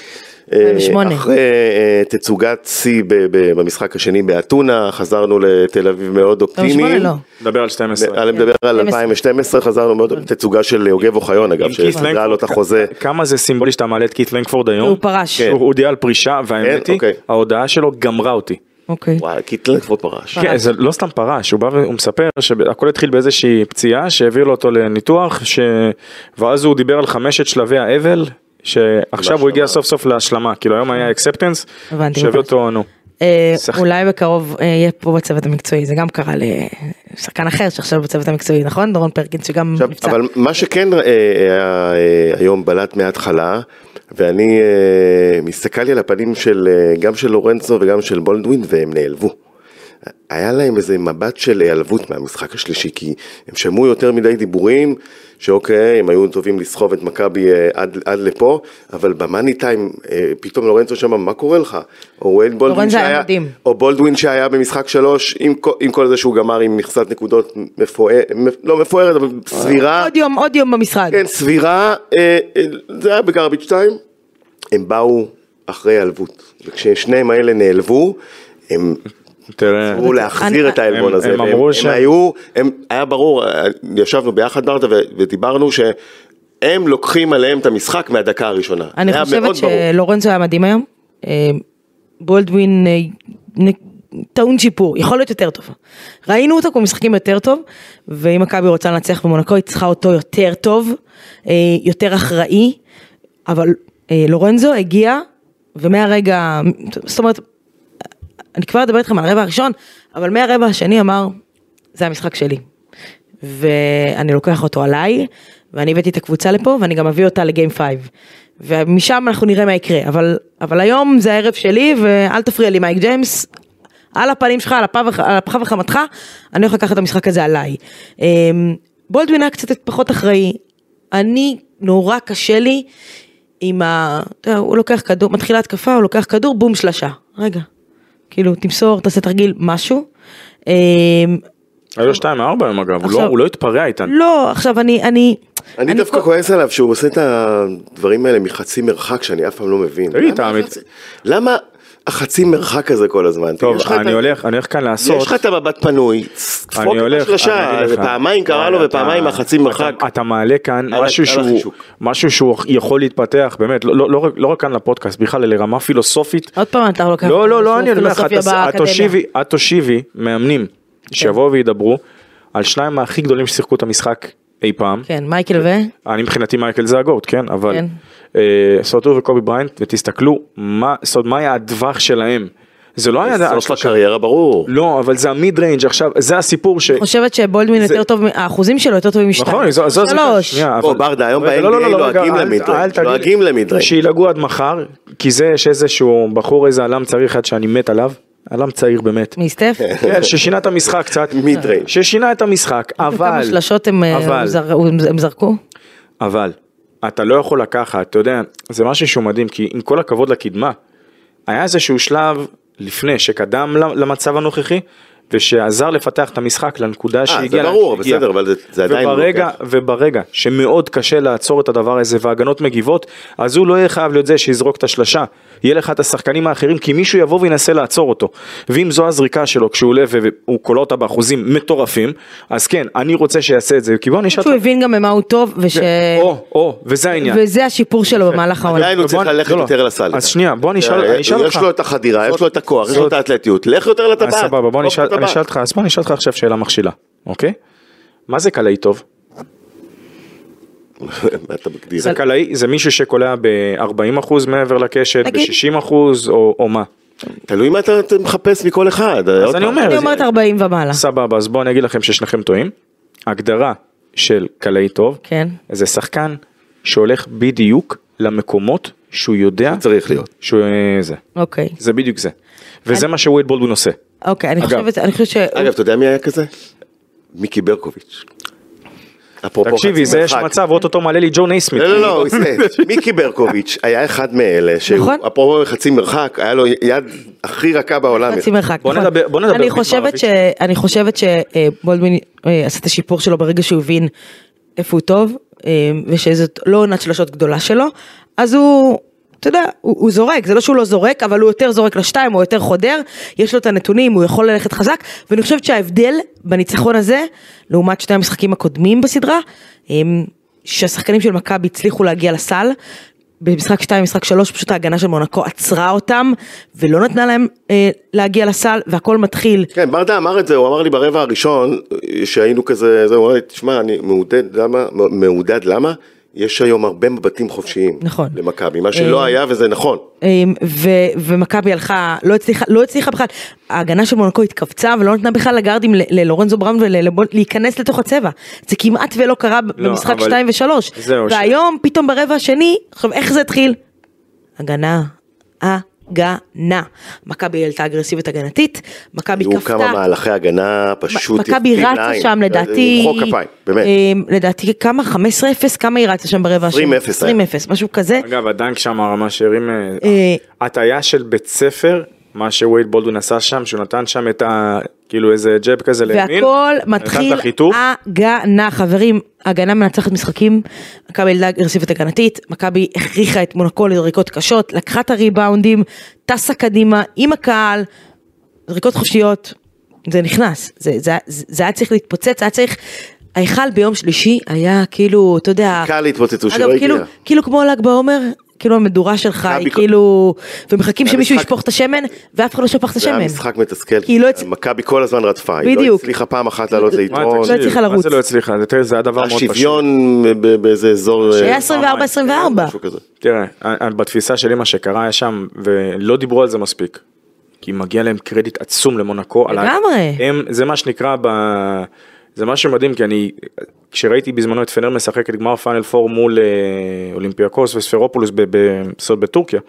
Speaker 4: אחרי תצוגת C במשחק השני באתונה, חזרנו לתל אביב מאוד אופטימיים.
Speaker 3: מדבר על 12.
Speaker 4: אני מדבר על 2012, חזרנו מאוד תצוגה של יוגב אוחיון, אגב, שסגרה לו את החוזה.
Speaker 3: כמה זה סימבולי שאתה מעלה את קית' לנגפורד היום?
Speaker 2: הוא פרש.
Speaker 3: הוא הודיע על פרישה, והאמת היא, ההודעה שלו גמרה אותי.
Speaker 4: וואי, קית' לנגפורד פרש.
Speaker 3: כן, זה לא סתם פרש, הוא בא והוא מספר שהכל התחיל באיזושהי פציעה, שהעביר לו אותו לניתוח, ואז הוא דיבר על 5 שלבי האבל, שעכשיו הוא הגיע סוף סוף להשלמה, כאילו היום היה אקספטנס, שהביא אותו, נו.
Speaker 2: אולי בקרוב יהיה פה בצוות המקצועי, זה גם קרה לשחקן אחר שעכשיו בצוות המקצועי, נכון? דורון פרקינס שגם נפצע.
Speaker 4: אבל מה שכן היה היום בלט מההתחלה, ואני מסתכל לי על הפנים גם של לורנצו וגם של בולדווין, והם נעלבו. היה להם איזה מבט של העלבות מהמשחק השלישי, כי הם שמעו יותר מדי דיבורים, שאוקיי, הם היו טובים לסחוב את מכבי עד לפה, אבל במאני טיים, פתאום לורנצו שם, מה קורה לך? או בולדווין שהיה במשחק 3, עם כל זה שהוא גמר עם מכסת נקודות לא מפוארת, אבל סבירה.
Speaker 2: עוד יום במשחק.
Speaker 4: כן, סבירה, זה היה בגרביץ' 2, הם באו אחרי העלבות, וכששניהם האלה נעלבו, הם... אמרו להחזיר את האלבון הזה, היה ברור, ישבנו ביחד ברדה ודיברנו שהם לוקחים עליהם את המשחק מהדקה הראשונה.
Speaker 2: אני חושבת שלורנצו היה מדהים היום, בולדווין טעון שיפור, יכול להיות יותר טוב, ראינו אותו כמו משחקים יותר טוב, ואם מכבי רוצה לנצח במונקו היא צריכה אותו יותר טוב, יותר אחראי, אבל לורנצו הגיע, ומהרגע, זאת אומרת, אני כבר אדבר איתכם על הרבע הראשון, אבל מהרבע השני אמר, זה המשחק שלי. ואני לוקח אותו עליי, ואני הבאתי את הקבוצה לפה, ואני גם מביא אותה לגיים 5. ומשם אנחנו נראה מה יקרה. אבל היום זה הערב שלי, ואל תפריע לי מייק ג'יימס, על הפנים שלך, על אפך וחמתך, אני הולך לקחת את המשחק הזה עליי. בולדווין היה קצת פחות אחראי. אני נורא קשה לי, הוא לוקח כדור, מתחילה התקפה, הוא לוקח כדור, בום שלשה. רגע. כאילו, תמסור, תעשה תרגיל משהו.
Speaker 3: היו 2-4 היום אגב, הוא לא התפרע איתן.
Speaker 2: לא, עכשיו אני
Speaker 4: דווקא כועס עליו שהוא עושה את הדברים האלה מחצי מרחק, שאני אף פעם לא מבין. למה החצי מרחק הזה כל הזמן?
Speaker 3: טוב, אני הולך כאן לעשות...
Speaker 4: יש לך את המבט פנוי, תפוק את השלשה, פעמיים קרא לו ופעמיים החצי מרחק.
Speaker 3: אתה מעלה כאן משהו שהוא יכול להתפתח, באמת, לא רק כאן לפודקאסט, בכלל לרמה פילוסופית.
Speaker 2: עוד פעם אתה לוקח
Speaker 3: אני אומר לך, את תושיבי מאמנים, שיבואו וידברו, על שניים הכי גדולים ששיחקו את המשחק אי פעם.
Speaker 2: כן, מייקל
Speaker 3: אני מבחינתי מייקל זה הגוט, כן, אבל סוטו וקובי בריינט, ותסתכלו מה היה הדווח שלהם. זה לא היה...
Speaker 4: סוף הקריירה, ברור.
Speaker 3: לא, אבל זה המיד ריינג' עכשיו, זה הסיפור ש...
Speaker 2: אני חושבת שבולדווין יותר טוב, האחוזים שלו יותר טובים משתיים.
Speaker 3: נכון, זו...
Speaker 2: 3.
Speaker 4: או ברדה, היום ב-NBA לועגים למיד ריינג'.
Speaker 3: שילגו עד מחר, כי זה יש איזשהו בחור, איזה עלם צריך עד שאני מת עליו. עלם צעיר באמת.
Speaker 2: מסטף?
Speaker 3: כן, ששינה את המשחק קצת.
Speaker 4: מידריין.
Speaker 3: ששינה את המשחק, אבל...
Speaker 2: כמה שלשות הם זרקו?
Speaker 3: אבל, אתה לא יכול לקחת, אתה יודע, זה משהו שהוא מדהים, כי עם כל הכבוד לקדמה, היה איזשהו שלב לפני שקדם למצב הנוכחי, ושעזר לפתח את המשחק לנקודה שהגיע.
Speaker 4: זה ברור, בסדר, אבל זה עדיין
Speaker 3: וברגע שמאוד קשה לעצור את הדבר הזה, והגנות מגיבות, אז הוא לא יהיה חייב להיות זה שיזרוק את השלשה, יהיה לך את השחקנים האחרים, כי מישהו יבוא וינסה לעצור אותו, ואם זו הזריקה שלו, כשהוא עולה והוא קולה אותה באחוזים מטורפים, אז כן, אני רוצה שיעשה את זה, כי בוא נשאל...
Speaker 2: שהוא הבין גם במה הוא טוב,
Speaker 3: וזה העניין.
Speaker 2: וזה השיפור שלו במהלך העולם.
Speaker 4: עדיין הוא צריך ללכת יותר לסל.
Speaker 3: אז שנייה, בוא נשאל אותך.
Speaker 4: יש לו את החדירה, יש לו את הכוח, יש לו את האתלטיות, לך יותר לטבעת.
Speaker 3: סבבה, בוא נשאל אותך עכשיו שאלה מכשילה, אוקיי? מה זה קלעי טוב? זה קלעי, זה מישהו שקולע ב-40% מעבר לקשת, ב-60% או מה?
Speaker 4: תלוי מה אתה מחפש מכל אחד.
Speaker 3: אז אני
Speaker 2: אומרת 40 ומעלה.
Speaker 3: סבבה, אז בואו אני אגיד לכם ששניכם טועים. הגדרה של קלעי טוב, זה שחקן שהולך בדיוק למקומות שהוא יודע
Speaker 4: צריך להיות.
Speaker 2: אוקיי.
Speaker 3: זה בדיוק זה. וזה מה שווייד בולדווין עושה.
Speaker 2: אוקיי, אני חושבת ש...
Speaker 4: אגב, אתה יודע מי היה כזה? מיקי ברקוביץ'.
Speaker 3: תקשיבי, זה יש מצב, אותו מעלה לי ג'ו נייסמית.
Speaker 4: לא, מיקי ברקוביץ' היה אחד מאלה, שהוא אפרופו חצי מרחק, היה לו יד הכי רכה בעולם.
Speaker 2: חצי מרחק, נכון. אני חושבת שבולדווין עשה את השיפור שלו ברגע שהוא הבין איפה הוא טוב, ושזאת לא עונת שלשות גדולה שלו, אז הוא... אתה יודע, הוא זורק, זה לא שהוא לא זורק, אבל הוא יותר זורק לשתיים, הוא יותר חודר, יש לו את הנתונים, הוא יכול ללכת חזק, ואני חושבת שההבדל בניצחון הזה, לעומת שתי המשחקים הקודמים בסדרה, שהשחקנים של מכבי הצליחו להגיע לסל, במשחק 2, משחק 3, פשוט ההגנה של מונקו עצרה אותם, ולא נתנה להם להגיע לסל, והכל מתחיל.
Speaker 4: כן, ברדה אמר את זה, הוא אמר לי ברבע הראשון, שהיינו כזה, הוא אמר לי, תשמע, אני מעודד למה? יש היום הרבה מבטים חופשיים למכבי, מה שלא היה וזה נכון.
Speaker 2: ומכבי הלכה, לא הצליחה בכלל, ההגנה של מונקו התכווצה ולא נתנה בכלל לגארדים ללורנזו בראון ולהיכנס לתוך הצבע. זה כמעט ולא קרה במשחק 2 ו3. והיום פתאום ברבע השני, איך זה התחיל? הגנה. מכבי העלתה אגרסיבית הגנתית, מכבי כפתה.
Speaker 4: היו כמה מהלכי הגנה פשוט
Speaker 2: מכבי רצה שם לדעתי, לדעתי כמה? 15-0, כמה היא רצה שם ברבע השני? 20-0, משהו כזה.
Speaker 3: אגב, הדנק שם הרמה שהרים, הטעיה של בית ספר, מה שווייד בולדווין עשה שם, שהוא נתן שם את כאילו איזה ג'אב כזה לימין.
Speaker 2: והכל מתחיל הגנה, חברים, הגנה מנצחת משחקים, מכבי העלתה אגרסיבית הגנתית, מכבי הכריחה את מונקו לזריקות קשות, לקחה את הריבאונדים, טסה קדימה עם הקהל, זריקות חופשיות, זה נכנס, זה היה צריך להתפוצץ, היה צריך, ההיכל ביום שלישי היה כאילו, אתה יודע,
Speaker 4: קל להתפוצצו שלא הגיע.
Speaker 2: כאילו כמו ל"ג בעומר, כאילו המדורה שלך היא כאילו, ומחכים שמישהו ישפוך את השמן, ואף אחד לא שפך את השמן.
Speaker 4: זה היה משחק מתסכל, מכבי כל הזמן רדפה, היא לא הצליחה פעם אחת לעלות ליתרון.
Speaker 2: לא הצליחה לרוץ.
Speaker 3: מה זה לא הצליחה? זה היה דבר מאוד פשוט.
Speaker 4: השוויון באיזה אזור...
Speaker 2: היה 24-24.
Speaker 3: תראה, בתפיסה שלי מה שקרה היה שם, ולא דיברו על זה מספיק, כי מגיע להם קרדיט עצום למונקו.
Speaker 2: לגמרי.
Speaker 3: זה מה שנקרא זה משהו מדהים, כי אני, כשראיתי בזמנו את פנר משחק את גמר פיינל פור מול אולימפיאקוס וספרופולוס בטורקיה,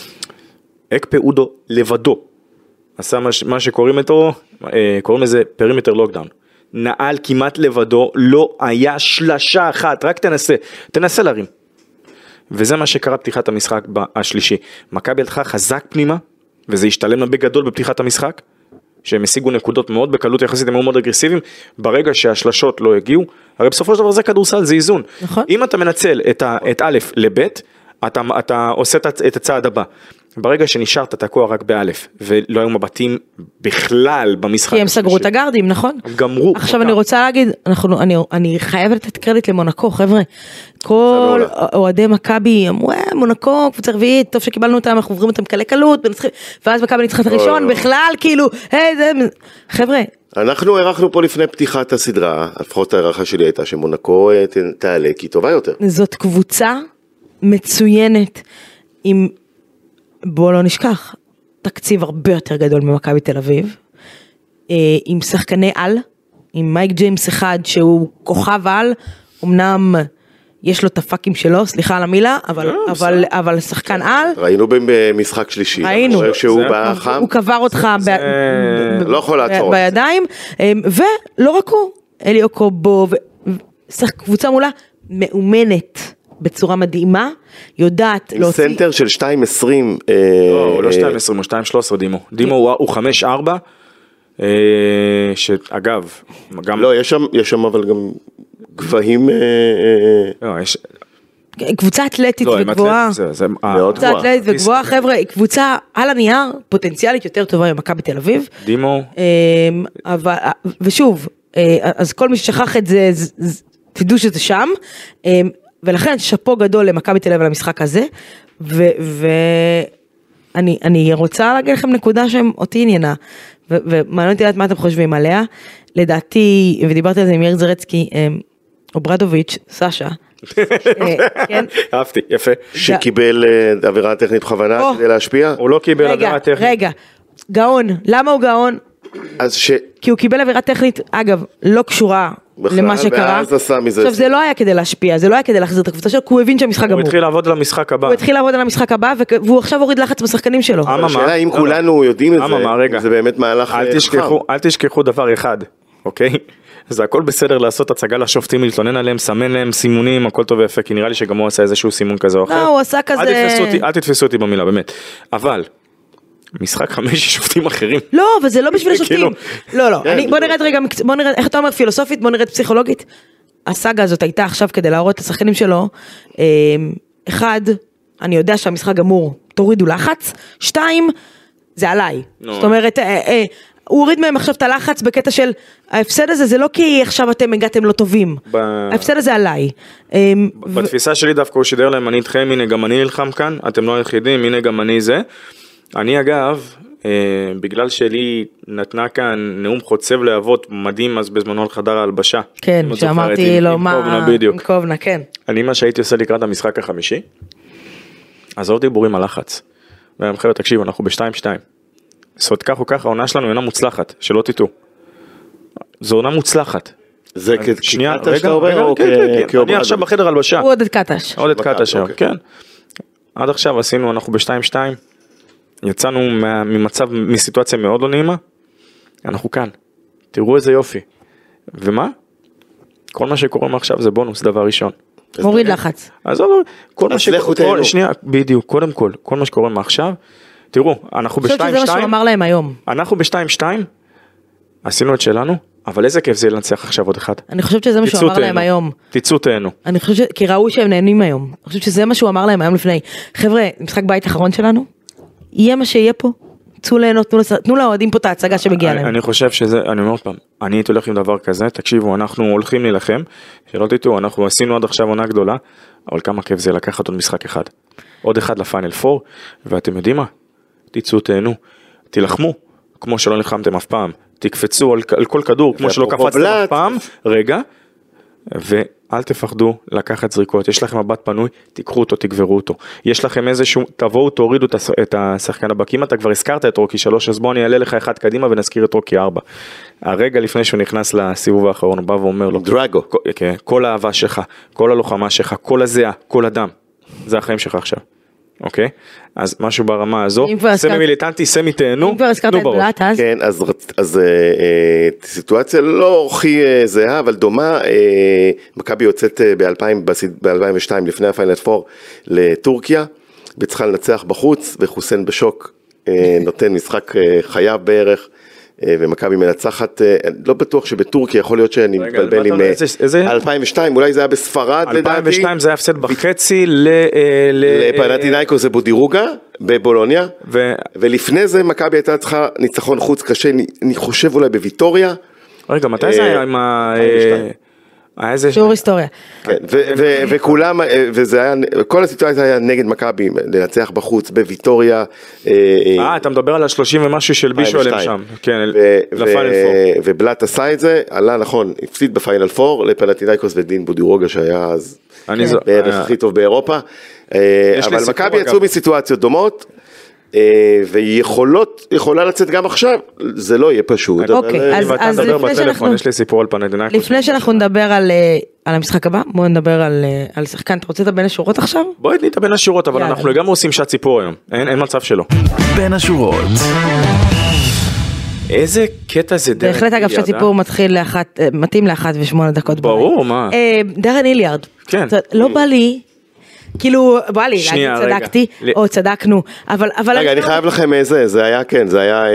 Speaker 3: אקפה אודו לבדו, עשה מה שקוראים אותו, קוראים לזה פרימטר לוקדאון, נעל כמעט לבדו, לא היה שלשה אחת, רק תנסה להרים. וזה מה שקרה פתיחת המשחק השלישי. מכבי הלכה חזק פנימה, וזה השתלם לה בגדול בפתיחת המשחק, שהם השיגו נקודות מאוד בקלות יחסית, הם היו מאוד אגרסיביים, ברגע שהשלשות לא הגיעו, הרי בסופו של דבר זה כדורסל, זה איזון.
Speaker 2: נכון.
Speaker 3: אם אתה מנצל את א' לב', אתה עושה את הצעד הבא. ברגע שנשארת תקוע רק באלף, ולא היו מבטים בכלל במשחק.
Speaker 2: כי הם סגרו את הגארדים, נכון?
Speaker 3: הם גמרו.
Speaker 2: עכשיו אני רוצה להגיד, אני חייבת לתת קרדיט למונקו, חבר'ה. כל אוהדי מכבי אמרו, מונקו, קבוצה רביעית, טוב שקיבלנו אותם, אנחנו עוברים אותם קלי קלות, ואז מכבי ניצחה את הראשון, בכלל, כאילו, חבר'ה.
Speaker 4: אנחנו ערכנו פה לפני פתיחת הסדרה, לפחות הערכה שלי הייתה שמונקו תעלה, כי היא טובה יותר.
Speaker 2: זאת קבוצה מצוינת, עם... בוא לא נשכח, תקציב הרבה יותר גדול ממכבי תל אביב, עם שחקני על, עם מייק ג'יימס אחד שהוא כוכב על, אמנם יש לו את הפאקים שלו, סליחה על המילה, אבל שחקן על.
Speaker 4: ראינו במשחק שלישי, ראינו,
Speaker 2: הוא קבר אותך בידיים, ולא רק הוא, אלי אוקובו, קבוצה מולה מאומנת, בצורה מדהימה, יודעת להוציא...
Speaker 4: סנטר של 2.20.
Speaker 3: לא, הוא לא 2.20, הוא 2.13 דימו. דימו הוא 5.4, שאגב, גם...
Speaker 4: לא, יש שם אבל גם גבהים...
Speaker 3: לא, יש...
Speaker 2: קבוצה אתלטית וגבוהה, קבוצה אתלטית וגבוהה, חבר'ה, היא קבוצה על הנייר, פוטנציאלית יותר טובה ממכבי תל אביב.
Speaker 3: דימו.
Speaker 2: ושוב, אז כל מי ששכח את זה, תדעו שזה שם, ולכן שפו גדול למכבי תל אביב על המשחק הזה, ואני רוצה להגיד לכם נקודה שאותי עניינה, ומעניין אותי לדעת מה אתם חושבים עליה, לדעתי, ודיברתי על זה עם יאיר זרצקי, אוברדוביץ', סשה,
Speaker 3: אהבתי, יפה.
Speaker 4: שקיבל עבירה טכנית בכוונה כדי להשפיע?
Speaker 3: הוא לא קיבל עבירה טכנית.
Speaker 2: רגע, גאון, למה הוא גאון? כי הוא קיבל עבירה טכנית, אגב, לא קשורה למה שקרה. עכשיו זה לא היה כדי להשפיע, זה לא היה כדי להחזיר את הקבוצה שלו, כי הוא הבין שהמשחק גמור.
Speaker 3: הוא התחיל לעבוד על המשחק הבא.
Speaker 2: הוא התחיל לעבוד על המשחק הבא, והוא עכשיו הוריד לחץ בשחקנים שלו.
Speaker 4: השאלה אם כולנו יודעים את זה, זה באמת מהלך חכם.
Speaker 3: אל תשכחו דבר אחד, אוקיי? זה הכל בסדר לעשות הצגה לשופטים, להתלונן עליהם, סמן להם סימונים, הכל טוב ויפה, כי נראה לי שגם הוא עשה איזשהו סימון כזה או אחר.
Speaker 2: לא, הוא עשה כזה...
Speaker 3: אל תתפסו אותי במילה, באמת. אבל, משחק 5 שופטים אחרים.
Speaker 2: לא, אבל זה לא בשביל השופטים. לא, בוא נרד רגע, איך אתה אומר פילוסופית, בוא נרד פסיכולוגית. הסאגה הזאת הייתה עכשיו כדי להראות את השחקנים שלו. 1, אני יודע שהמשחק גמור, תורידו לחץ. 2, זה עליי. זאת אומרת, הוא הוריד מהם עכשיו את הלחץ בקטע של ההפסד הזה, זה לא כי עכשיו אתם הגעתם לא טובים, ההפסד הזה עליי.
Speaker 3: בתפיסה שלי דווקא הוא שידר להם, אני איתכם, הנה גם אני נלחם כאן, אתם לא היחידים, הנה גם אני זה. אני אגב, בגלל שלי נתנה כאן נאום חוצב להבות מדהים, אז בזמנו על חדר ההלבשה.
Speaker 2: כן, שאמרתי לו מה, עם קובנה, כן.
Speaker 3: אני מה שהייתי עושה לקראת המשחק החמישי, אז עוד דיבורים על לחץ. ואחרת, תקשיב, אנחנו ב-2-2. זאת אומרת, כך או כך, העונה שלנו אינה מוצלחת, שלא תטעו. זו עונה מוצלחת.
Speaker 4: זה כקטש אתה אומר?
Speaker 3: אני עכשיו בחדר הלבשה.
Speaker 2: הוא עודד קטש.
Speaker 3: עודד קטש, כן. עד עכשיו עשינו, אנחנו ב-2-2, יצאנו מסיטואציה מאוד לא נעימה, אנחנו כאן. תראו איזה יופי. ומה? כל מה שקורה מעכשיו זה בונוס, דבר ראשון.
Speaker 2: מוריד לחץ.
Speaker 3: אז שנייה, בדיוק, קודם כל מה שקורה מעכשיו, תראו, אנחנו ב-2-2,
Speaker 2: זה מה שהוא אמר להם היום.
Speaker 3: אנחנו ב-2-2, עשינו את שלנו, אבל איזה כיף זה לנצח עכשיו עוד אחד.
Speaker 2: אני חושבת שזה מה שהוא אמר להם היום.
Speaker 3: תצאו תהנו.
Speaker 2: אני חושבת, כי ראו שהם נהנים היום. אני חושבת שזה מה שהוא אמר להם היום לפני. חבר'ה, משחק בית אחרון שלנו, יהיה מה שיהיה פה, צאו ליהנות, תנו לאוהדים פה את ההצגה שמגיעה להם.
Speaker 3: אני חושב שזה, אני אומר עוד פעם, אני הייתי הולך עם דבר כזה, תקשיבו, אנחנו הולכים להילחם, שלא תטעו, אנחנו עשינו עד עכשיו עונה גדולה, אבל כמה כיף זה לקחת עוד משחק אחד. עוד אחד לפיינל 4, ואתם יודעים מה? תצאו תהנו, תילחמו, כמו שלא נלחמתם אף פעם, תקפצו על כל כדור, כמו שלא קפצתם אף פעם, רגע, ואל תפחדו לקחת זריקות, יש לכם מבט פנוי, תיקחו אותו, תגברו אותו, יש לכם איזשהו, תבואו, תורידו את השחקן הבא, כי אם אתה כבר הזכרת את רוקי 3, אז בוא אני אעלה לך אחד קדימה ונזכיר את רוקי 4, הרגע לפני שהוא נכנס לסיבוב האחרון, הוא בא ואומר לו,
Speaker 4: דרגו,
Speaker 3: כל האהבה שלך, כל הלוחמה שלך, כל הזיעה, כל הדם, זה החיים שלך עכשיו. אוקיי? אז משהו ברמה הזו, סמי מיליטנטי, סמי תהנו, תנו בראש.
Speaker 4: כן, אז סיטואציה לא הכי זהה, אבל דומה, מכבי יוצאת ב-2002 לפני הפיינל 4 לטורקיה, וצריכה לנצח בחוץ, וחוסיין בשוק נותן משחק חייב בערך, ומכבי מנצחת, לא בטוח שבטורקיה, יכול להיות שאני מתבלבל עם 2002, אולי זה היה בספרד לדעתי.
Speaker 3: 2002 זה היה הפסד בחצי
Speaker 4: לפנתינייקוס זה בודירוגה, בבולוניה, ולפני זה מכבי הייתה צריכה ניצחון חוץ קשה, אני חושב אולי בוויטוריה.
Speaker 3: רגע, מתי זה היה עם ה...
Speaker 2: שיעור היסטוריה.
Speaker 4: וכולם, וזה היה, כל הסיטואציה היה נגד מכבי, לנצח בחוץ, בוויטוריה.
Speaker 3: אתה מדבר על 30 ומשהו של בישו עליהם שם. כן, לפיינל 4.
Speaker 4: ובלט עשה את זה, עלה נכון, הפסיד בפיינל 4, לפנתינייקוס ודין בודירוגה, שהיה אז בערך הכי טוב באירופה. אבל מכבי יצאו מסיטואציות דומות, והיא יכולה לצאת גם עכשיו, זה לא יהיה פשוט.
Speaker 2: אוקיי, אז לפני שאנחנו נדבר על המשחק הבא, בואו נדבר על שחקן, אתה רוצה את בין השורות עכשיו?
Speaker 3: בואי נית בין השורות, אבל אנחנו לגמרי עושים שעת סיפור היום, אין מצב שלא.
Speaker 1: בין השורות.
Speaker 3: איזה קטע זה דרן איליארד.
Speaker 2: בהחלט אגב שהסיפור מתאים ל1:08.
Speaker 3: ברור, מה?
Speaker 2: דרן איליארד.
Speaker 3: כן.
Speaker 2: לא בא לי כאילו, בא לי, להגיד צדקתי, או צדקנו, אבל...
Speaker 4: רגע, אני חייב לכם זה היה, כן, זה היה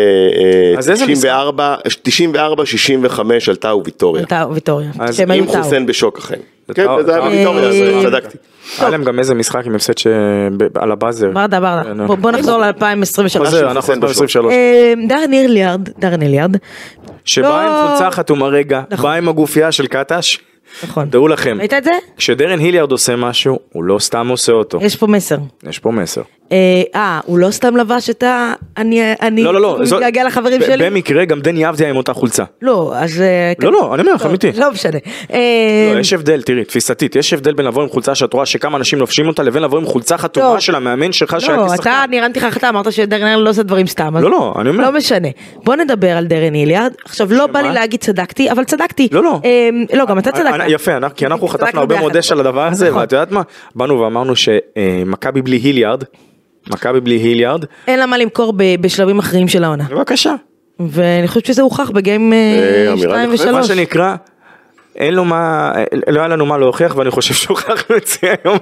Speaker 4: 94-65 על טאו ויטוריה.
Speaker 2: טאו ויטוריה,
Speaker 4: שהם היו טאו. עם חוסן בשוק אחרי. כן, וזה היה ויטוריה, אז צדקתי.
Speaker 3: היה להם גם איזה משחק עם הפסד על הבאזר.
Speaker 2: ברדה. בוא נחזור ל-2023.
Speaker 3: אנחנו ב-2023.
Speaker 2: דרן היליארד.
Speaker 3: שבא עם חולצה חתומה רגע, בא עם הגופייה של קטש.
Speaker 2: נכון.
Speaker 3: דעו לכם.
Speaker 2: ראית את זה?
Speaker 3: כשדרן היליארד עושה משהו, הוא לא סתם עושה אותו.
Speaker 2: יש פה מסר.
Speaker 3: יש פה מסר.
Speaker 2: הוא לא סתם לבש את ה... אני מתגעגע לחברים שלי.
Speaker 3: במקרה גם דני אבדיה עם אותה חולצה.
Speaker 2: לא, אז...
Speaker 3: לא, אני אומר לך, אמיתי.
Speaker 2: לא משנה.
Speaker 3: לא, יש הבדל, תראי, תפיסתית, יש הבדל בין לבוא עם חולצה שאת רואה שכמה אנשים לובשים אותה, לבין לבוא עם חולצה חתומה של המאמן שלך שהייתי שחקן.
Speaker 2: לא, אתה נראיתי לך, אתה אמרת שדרן היליארד לא עושה דברים סתם.
Speaker 3: לא, אני אומר.
Speaker 2: לא משנה. בוא נדבר על דרן היליארד. עכשיו, לא בא לי להגיד צדקתי, אבל צדקתי. לא, גם אתה צדקת.
Speaker 3: יפה, כי אנחנו חטפנו הרבה מאוד אש על הדבר הזה, ואת יודעת מה? באנו ואמרנו שמכבי בלי היליארד,
Speaker 2: אין לה מה למכור בשלבים אחרים של העונה.
Speaker 3: בבקשה.
Speaker 2: ואני חושבת שזה הוכח בגיים 2 ו-3.
Speaker 3: מה שנקרא, לא היה לנו מה להוכיח, ואני חושב שהוכחנו את זה היום.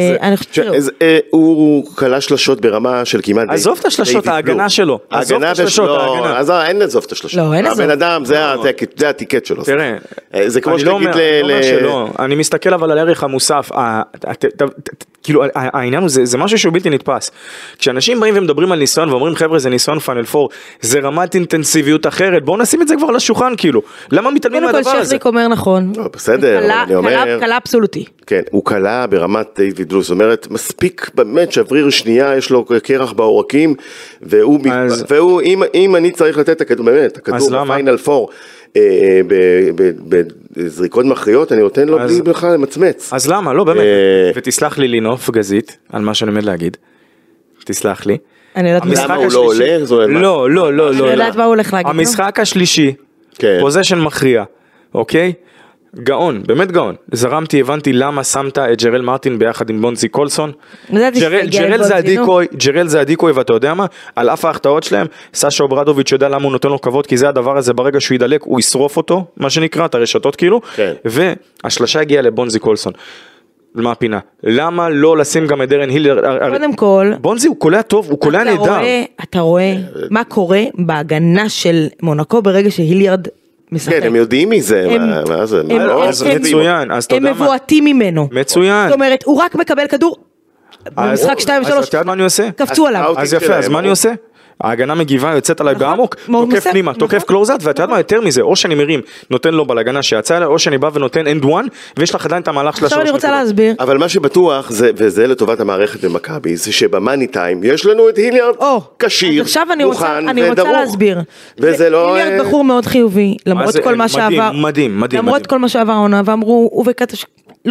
Speaker 4: הוא קלה שלשות ברמה של כמעט...
Speaker 3: עזוב את השלשות, ההגנה שלו.
Speaker 4: אין לעזוב את השלשות. הבן אדם, זה הטיקט שלו.
Speaker 3: תראה,
Speaker 4: זה כמו שתגיד
Speaker 3: אני מסתכל אבל על הערך המוסף, כאילו העניין הוא, זה משהו שהוא בלתי נתפס. כשאנשים באים ומדברים על ניסיון ואומרים חבר'ה זה ניסיון פאנל פור, זה רמת אינטנסיביות אחרת, בואו נשים את זה כבר על השולחן כאילו. למה מתעלמים מהדבר הזה?
Speaker 2: קודם כל שחזיק אומר נכון.
Speaker 4: בסדר, אני אומר...
Speaker 2: קלה אבסולוטי.
Speaker 4: כן, הוא קלה ברמת דיוויד לואיס, זאת אומרת, מספיק באמת שבריר שנייה, יש לו קרח בעורקים, והוא, אם אני צריך לתת את הכדור, באמת, הכדור בפיינל פור, בזריקות מכריות, אני נותן לו בלי בכלל למצמץ.
Speaker 3: אז למה? לא, באמת. ותסלח לי לינוף גזית, על מה שאני עומד להגיד. תסלח לי.
Speaker 4: למה הוא לא עולה?
Speaker 3: לא.
Speaker 2: אני יודעת מה הוא הולך להגיד.
Speaker 3: המשחק השלישי, פוזיישן מכריע, אוקיי? גאון, באמת גאון. זרמתי, הבנתי למה שמת את ג'רל מרטין ביחד עם בונזי קולסון. ג'רל זה הדיקוי, ואתה יודע מה? על אף ההחטאות שלהם, סשה אוברדוביץ' יודע למה הוא נותן לו כבוד, כי זה הדבר הזה, ברגע שהוא ידלק, הוא ישרוף אותו, מה שנקרא, את הרשתות כאילו, והשלשה הגיעה לבונזי קולסון. מה הפינה? למה לא לשים גם את דרן היליארד?
Speaker 2: קודם כל,
Speaker 3: בונזי הוא קולע טוב, הוא קולע נהדר.
Speaker 2: אתה רואה מה קורה בהגנה של מונקו ברגע שהיליארד משחק.
Speaker 4: כן, הם יודעים מזה, מה זה?
Speaker 3: מצוין, אז אתה יודע מה?
Speaker 2: הם מבועטים ממנו.
Speaker 3: מצוין.
Speaker 2: זאת אומרת, הוא רק מקבל כדור, במשחק 2 ו-3,
Speaker 3: אז אתה יודע מה אני עושה?
Speaker 2: קפצו עליו.
Speaker 3: אז יפה, אז מה אני עושה? ההגנה מגיבה, יוצאת עליי בעמוק, תוקף פנימה, תוקף קלוזת, ואתה יודע מה יותר מזה, או שאני מרים, נותן לו בלהגנה שיצא אליי, או שאני בא ונותן אנד וואן, ויש לך עדיין את המהלך של
Speaker 2: עכשיו אני רוצה להסביר.
Speaker 4: אבל מה שבטוח, וזה לטובת המערכת במכבי, זה שבמאני טיים, יש לנו את היליארד כשיר, מוכן ודרוך. וזה לא...
Speaker 2: היליארד בחור מאוד חיובי, למרות כל מה שעבר, למרות כל מה שעבר העונה, ואמרו, הוא וקטש,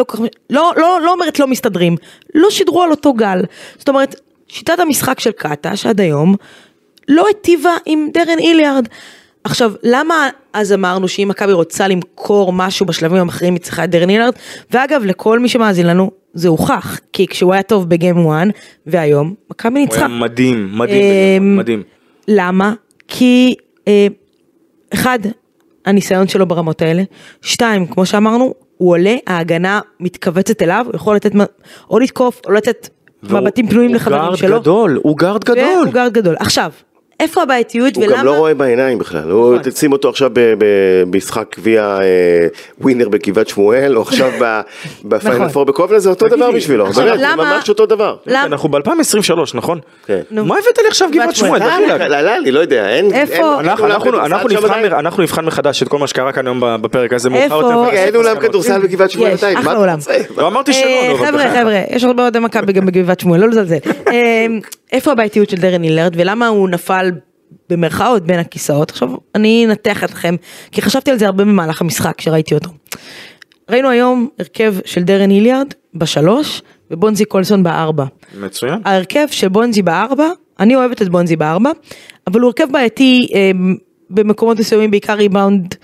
Speaker 2: לא אומרת לא מסתדרים, לא שידרו על אותו גל, זאת אומרת, שיטת המשחק של קטש עד היום, לא היטיבה עם דרן היליארד. עכשיו, למה אז אמרנו שאם מכבי רוצה למכור משהו בשלבים המחרים, היא צריכה את דרן היליארד? ואגב, לכל מי שמאזין לנו, זה הוכח, כי כשהוא היה טוב בגיים 1, והיום, מכבי ניצחה.
Speaker 3: הוא היה מדהים.
Speaker 2: למה? כי, אחד, הניסיון שלו ברמות האלה, 2, כמו שאמרנו, הוא עולה, ההגנה מתכווצת אליו, הוא יכול לתת, או לתקוף, או לתת מבטים פנויים לחברים שלו.
Speaker 3: הוא גארד גדול.
Speaker 2: עכשיו, איפה הבעייתיות ולמה?
Speaker 4: הוא גם לא רואה בעיניים בכלל, הוא תשים אותו עכשיו במשחק גביע ווינר בגבעת שמואל, או עכשיו בפיינל פור בקובנה, זה אותו דבר בשבילו, באמת, זה ממש אותו דבר.
Speaker 3: אנחנו ב-2023, נכון? מה הבאת לי עכשיו גבעת שמואל?
Speaker 4: אני לא יודע,
Speaker 2: איפה?
Speaker 3: אנחנו נבחן מחדש את כל מה שקרה כאן היום בפרק הזה,
Speaker 4: אין אולם כדורסל בגבעת שמואל,
Speaker 3: לא אמרתי שלא.
Speaker 2: חבר'ה, יש הרבה מאוד מכבי גם בגבעת שמואל, לא לזלזל. איפה הבעייתיות של דרן היליארד ולמה הוא נפל במרכאות בין הכיסאות? עכשיו אני אנתח אתכם, כי חשבתי על זה הרבה במהלך המשחק שראיתי אותו. ראינו היום הרכב של דרן היליארד ב3 ובונזי קולסון ב4.
Speaker 3: מצוין.
Speaker 2: ההרכב של בונזי ב4, אני אוהבת את בונזי ב4, אבל הוא הרכב בעייתי במקומות מסוימים, בעיקר ריבאונד,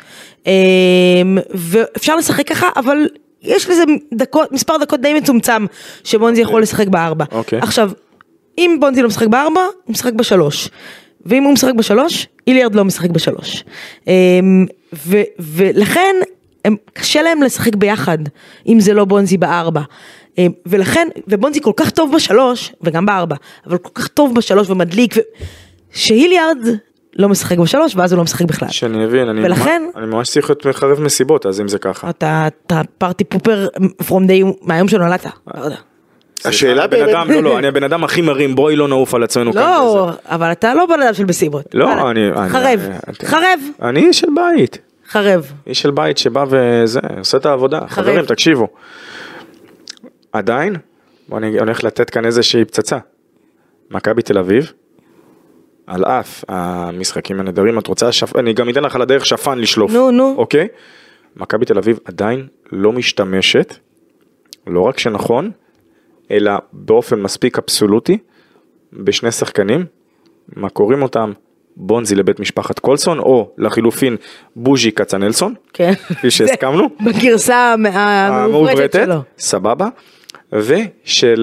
Speaker 2: ואפשר לשחק ככה, אבל יש לזה מספר דקות די מצומצם שבונזי יכול לשחק ב4. עכשיו, אם בונזי לא משחק ב4, הוא משחק ב3. ואם הוא משחק ב3, היליארד לא משחק ב3. ולכן, קשה להם לשחק ביחד, אם זה לא בונזי ב4. ולכן, ובונזי כל כך טוב בשלוש, וגם בארבע, אבל כל כך טוב בשלוש ומדליק, שהיליארד לא משחק בשלוש, ואז הוא לא משחק בכלל.
Speaker 3: שאני מבין, אני ממש צריך להיות מחרב מסיבות, אז אם זה ככה.
Speaker 2: אתה פארטי פופר מהיום שנולדת, לא יודע.
Speaker 4: השאלה באמת...
Speaker 3: לא, אני הבן אדם הכי מרים, בואי לא נעוף על עצמנו כאן.
Speaker 2: לא, אבל אתה לא בן אדם של מסיבות.
Speaker 3: לא,
Speaker 2: חרב.
Speaker 3: אני איש של בית.
Speaker 2: חרב.
Speaker 3: איש של בית שבא וזה, עושה את העבודה. חברים, תקשיבו. עדיין, אני הולך לתת כאן איזושהי פצצה. מכבי תל אביב, על אף המשחקים הנדרים, את רוצה, אני גם אתן לך על הדרך שפן לשלוף.
Speaker 2: נו.
Speaker 3: אוקיי? מכבי תל אביב עדיין לא משתמשת, לא רק שנכון, אלא באופן מספיק אבסולוטי, בשני שחקנים, מה קוראים אותם? בונזי לבית משפחת קולסון, או לחילופין בוז'י קצנלסון,
Speaker 2: כן.
Speaker 3: כפי שהסכמנו.
Speaker 2: בגרסה המעוברתת שלו.
Speaker 3: סבבה. ושל,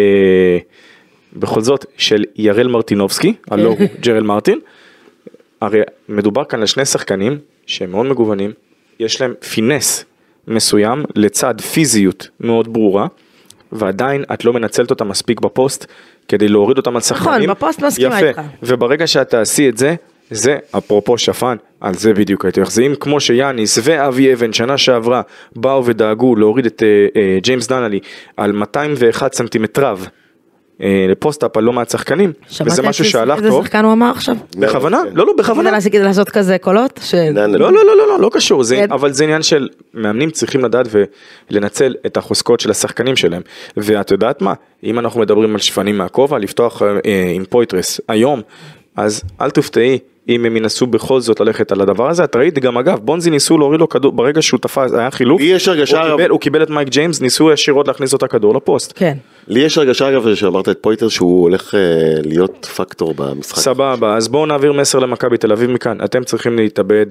Speaker 3: בכל זאת, של ירל מרטינובסקי, הלא הוא ג'רל מרטין. הרי מדובר כאן על שני שחקנים, שהם מאוד מגוונים, יש להם פינס מסוים, לצד פיזיות מאוד ברורה, ועדיין את לא מנצלת אותה מספיק בפוסט, כדי להוריד אותם על שחקנים.
Speaker 2: נכון, בפוסט מסכימה איתך.
Speaker 3: וברגע שאת תעשי את זה, זה אפרופו שפן, על זה בדיוק הייתי הולך. זה אם כמו שיאניס ואבי אבן שנה שעברה, באו ודאגו להוריד את ג'יימס דנלי, על 201 סנטימטריו, לפוסט-אפ על לא מעט שחקנים, וזה משהו שהלך טוב.
Speaker 2: איזה שחקן הוא אמר עכשיו?
Speaker 3: בכוונה? לא, בכוונה.
Speaker 2: כדי לעשות כזה קולות?
Speaker 3: לא קשור, אבל זה עניין של מאמנים צריכים לדעת ולנצל את החוזקות של השחקנים שלהם, ואת יודעת מה? אם אנחנו מדברים על שפנים מהכובע, לפתוח עם פויטרס היום, אז אל תופתעי אם הם ינסו בכל זאת ללכת על הדבר הזה. את ראית גם אגב, בונזי ניסו להוריד לו כדור, ברגע שהוא תפס, היה חילוף, הוא קיבל את מייק ג'יימס, ניסו ישירות להכניס אותה כדור לפוסט.
Speaker 2: כן.
Speaker 4: לי יש הרגשה אגב שאמרת את פויטר שהוא הולך להיות פקטור במשחק.
Speaker 3: סבבה, אז בואו נעביר מסר למכבי תל אביב מכאן, אתם צריכים להתאבד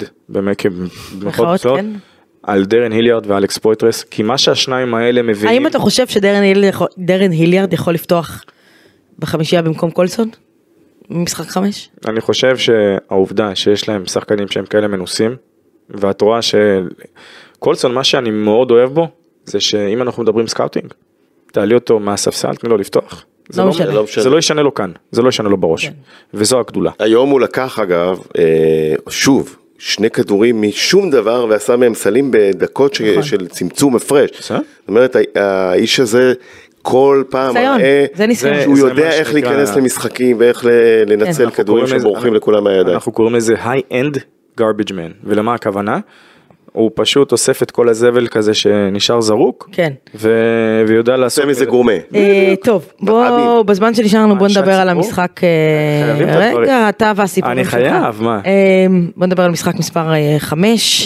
Speaker 3: על דרן היליארד ואלכס פויטרס, כי מה שהשניים האלה מביאים...
Speaker 2: האם אתה חושב שדרן היליארד יכול לפתוח בחמישייה במקום קולסון? במשחק 5?
Speaker 3: אני חושב שהעובדה שיש להם שחקנים שהם כאלה מנוסים, ואת רואה שקולסון, מה שאני מאוד אוהב בו, זה שאם אנחנו מדברים סקאוטינג, תעלי אותו מהספסל, תני לו לפתוח. זה לא ישנה לו כאן, זה לא ישנה לו בראש, וזו הגדולה.
Speaker 4: היום הוא לקח אגב, שוב, 2 כדורים משום דבר, ועשה מהם סלים בדקות של צמצום הפרש. זאת אומרת, האיש הזה... כל פעם שהוא יודע איך להיכנס למשחקים ואיך לנצל כדורים שבורחים לכולם מהידיים.
Speaker 3: אנחנו קוראים לזה high-end garbage man, ולמה הכוונה? הוא פשוט אוסף את כל הזבל כזה שנשאר זרוק, ויודע לעשות
Speaker 4: מזה גורמה.
Speaker 2: טוב, בוא, בזמן שנשארנו בוא נדבר על המשחק, רגע, אתה והסיפורים
Speaker 3: שלך. אני חייב, מה?
Speaker 2: בוא נדבר על משחק מספר 5,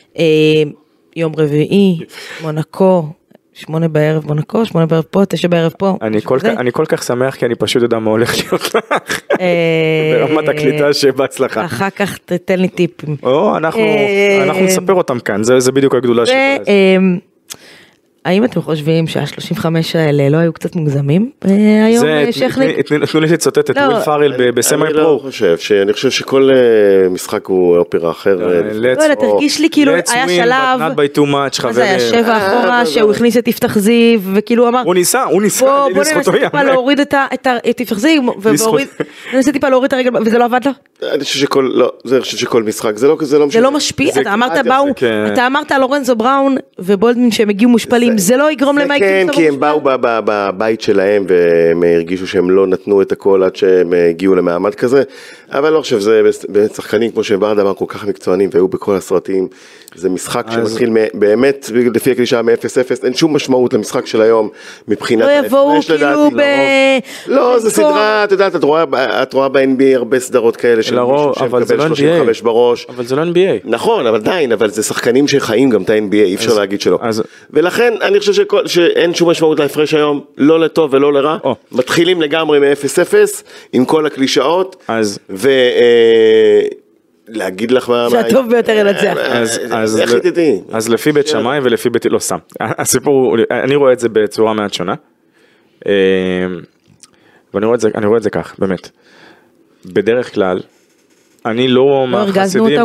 Speaker 2: יום רביעי, מונקו, 8 בערב מונקו, 8 בערב פה, 9 בערב פה.
Speaker 3: אני כל כך שמח, כי אני פשוט יודע מה הולך להיות לך. ברמת הקליטה שבהצלחה.
Speaker 2: אחר כך תתן לי טיפים.
Speaker 3: אנחנו נספר אותם כאן, זה בדיוק הגדולה שלך.
Speaker 2: האם אתם חושבים שה-35 האלה לא היו קצת מוגזמים היום שכניק?
Speaker 3: תנו לי לצטט את וויל פארל בסמי פרו.
Speaker 4: אני חושב שכל משחק הוא אופרה אחר.
Speaker 2: לא, תרגיש לי כאילו היה שלב, אז היה 7 אחורה שהוא הכניס את יפתח זיו וכאילו אמר,
Speaker 3: הוא ניסה,
Speaker 2: בוא ננסה טיפה להוריד את יפתח זיו, וננסה טיפה להוריד את הרגל, וזה לא עבד לו?
Speaker 4: אני חושב שכל משחק,
Speaker 2: זה לא משפיע, אתה אמרת על לורנזו בראון ובולדמן שהם הגיעו מושפלים, זה לא יגרום למייק
Speaker 4: כן, כי הם באו בבית שלהם והם הרגישו שהם לא נתנו את הכל עד שהם הגיעו למעמד כזה, אבל אני לא חושב, זה שחקנים כמו שברדה אמר כל כך מקצוענים והיו בכל הסרטים, זה משחק שמתחיל באמת לפי הקלישה מ-0-0, אין שום משמעות למשחק של היום מבחינת
Speaker 2: לא יבואו כאילו
Speaker 4: לא, זה סדרה, את יודעת, את רואה ב-NBA הרבה סדרות כאלה של מישהו שמקבל 35 בראש,
Speaker 3: אבל זה לא NBA.
Speaker 4: נכון, אבל עדיין, אבל זה שחקנים שחיים גם את ה-NBA, אי אפשר להגיד שלא. ולכן אני חושב שאין שום משמעות להפרש היום, לא לטוב ולא לרע, מתחילים לגמרי מ-0-0 עם כל הקלישאות, להגיד לך מה...
Speaker 2: שהטוב ביותר ינצח.
Speaker 4: אז
Speaker 3: לפי בית שמאי ולפי בית... לא שם. הסיפור, אני רואה את זה בצורה מעט שונה, ואני רואה את זה כך, באמת. בדרך כלל, אני לא מהחסידים...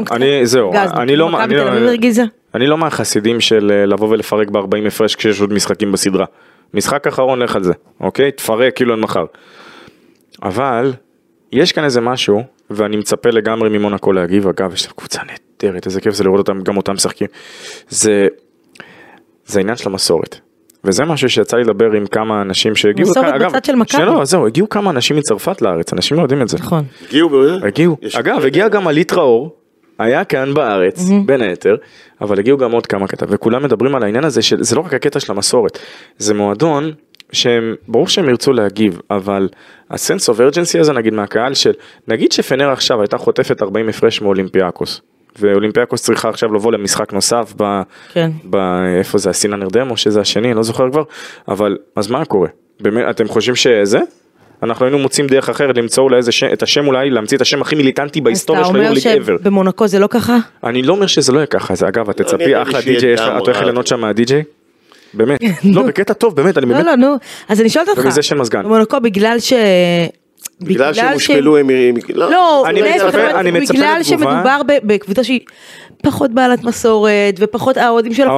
Speaker 3: אני לא מהחסידים של לבוא ולפרק ב-40 הפרש כשיש עוד משחקים בסדרה. משחק אחרון לך על זה, אוקיי? תפרק כאילו עד מחר. אבל, יש כאן איזה משהו, ואני מצפה לגמרי ממונקו להגיב, אגב, יש לה קבוצה נהדרת, איזה כיף זה לראות אותם, גם אותם משחקים. זה העניין של המסורת. וזה משהו שיצא לי לדבר עם כמה אנשים שהגיעו,
Speaker 2: מסורת בצד של מכבי.
Speaker 3: שלא, זהו, הגיעו כמה אנשים מצרפת לארץ, אנשים לא יודעים את זה.
Speaker 2: נכון.
Speaker 3: הגיעו, אגב, הגיע גם עלית ראור, היה כאן בארץ, בין היתר, אבל הגיעו גם עוד כמה קטע, וכולם מדברים על העניין הזה, שזה לא רק הקטע של המסורת, זה מועדון, ברור שהם ירצו להגיב, אבל הסנס אוף ארג'נסי הזה, נגיד מהקהל של, נגיד שפנר עכשיו הייתה חוטפת 40 הפרש מאולימפיאקוס, ואולימפיאקוס צריכה עכשיו לבוא למשחק נוסף, איפה זה, הסינן נרדם, או שזה השני, אני לא זוכר כבר, אבל, אז מה קורה? באמת, אתם חושבים שזה? אנחנו היינו מוצאים דרך אחרת, למצוא אולי את השם אולי, להמציא את השם הכי מיליטנטי בהיסטוריה של היורליג ever.
Speaker 2: אתה אומר שבמונקו זה לא ככה?
Speaker 3: אני לא אומר שזה לא יהיה ככה, זה אגב, תצפי אחלה די-ג'יי, את הולך ליהנות שם מהדי-ג'יי? באמת, לא, בקטע טוב, באמת, אני באמת.
Speaker 2: לא, נו, אז אני שואלת אותך.
Speaker 3: ומזה של מזגן.
Speaker 2: במונקו בגלל
Speaker 4: שהם הושפלו הם...
Speaker 2: לא,
Speaker 3: בגלל
Speaker 2: שמדובר בקבוצה שהיא פחות בעלת מסורת, ופחות האוהדים של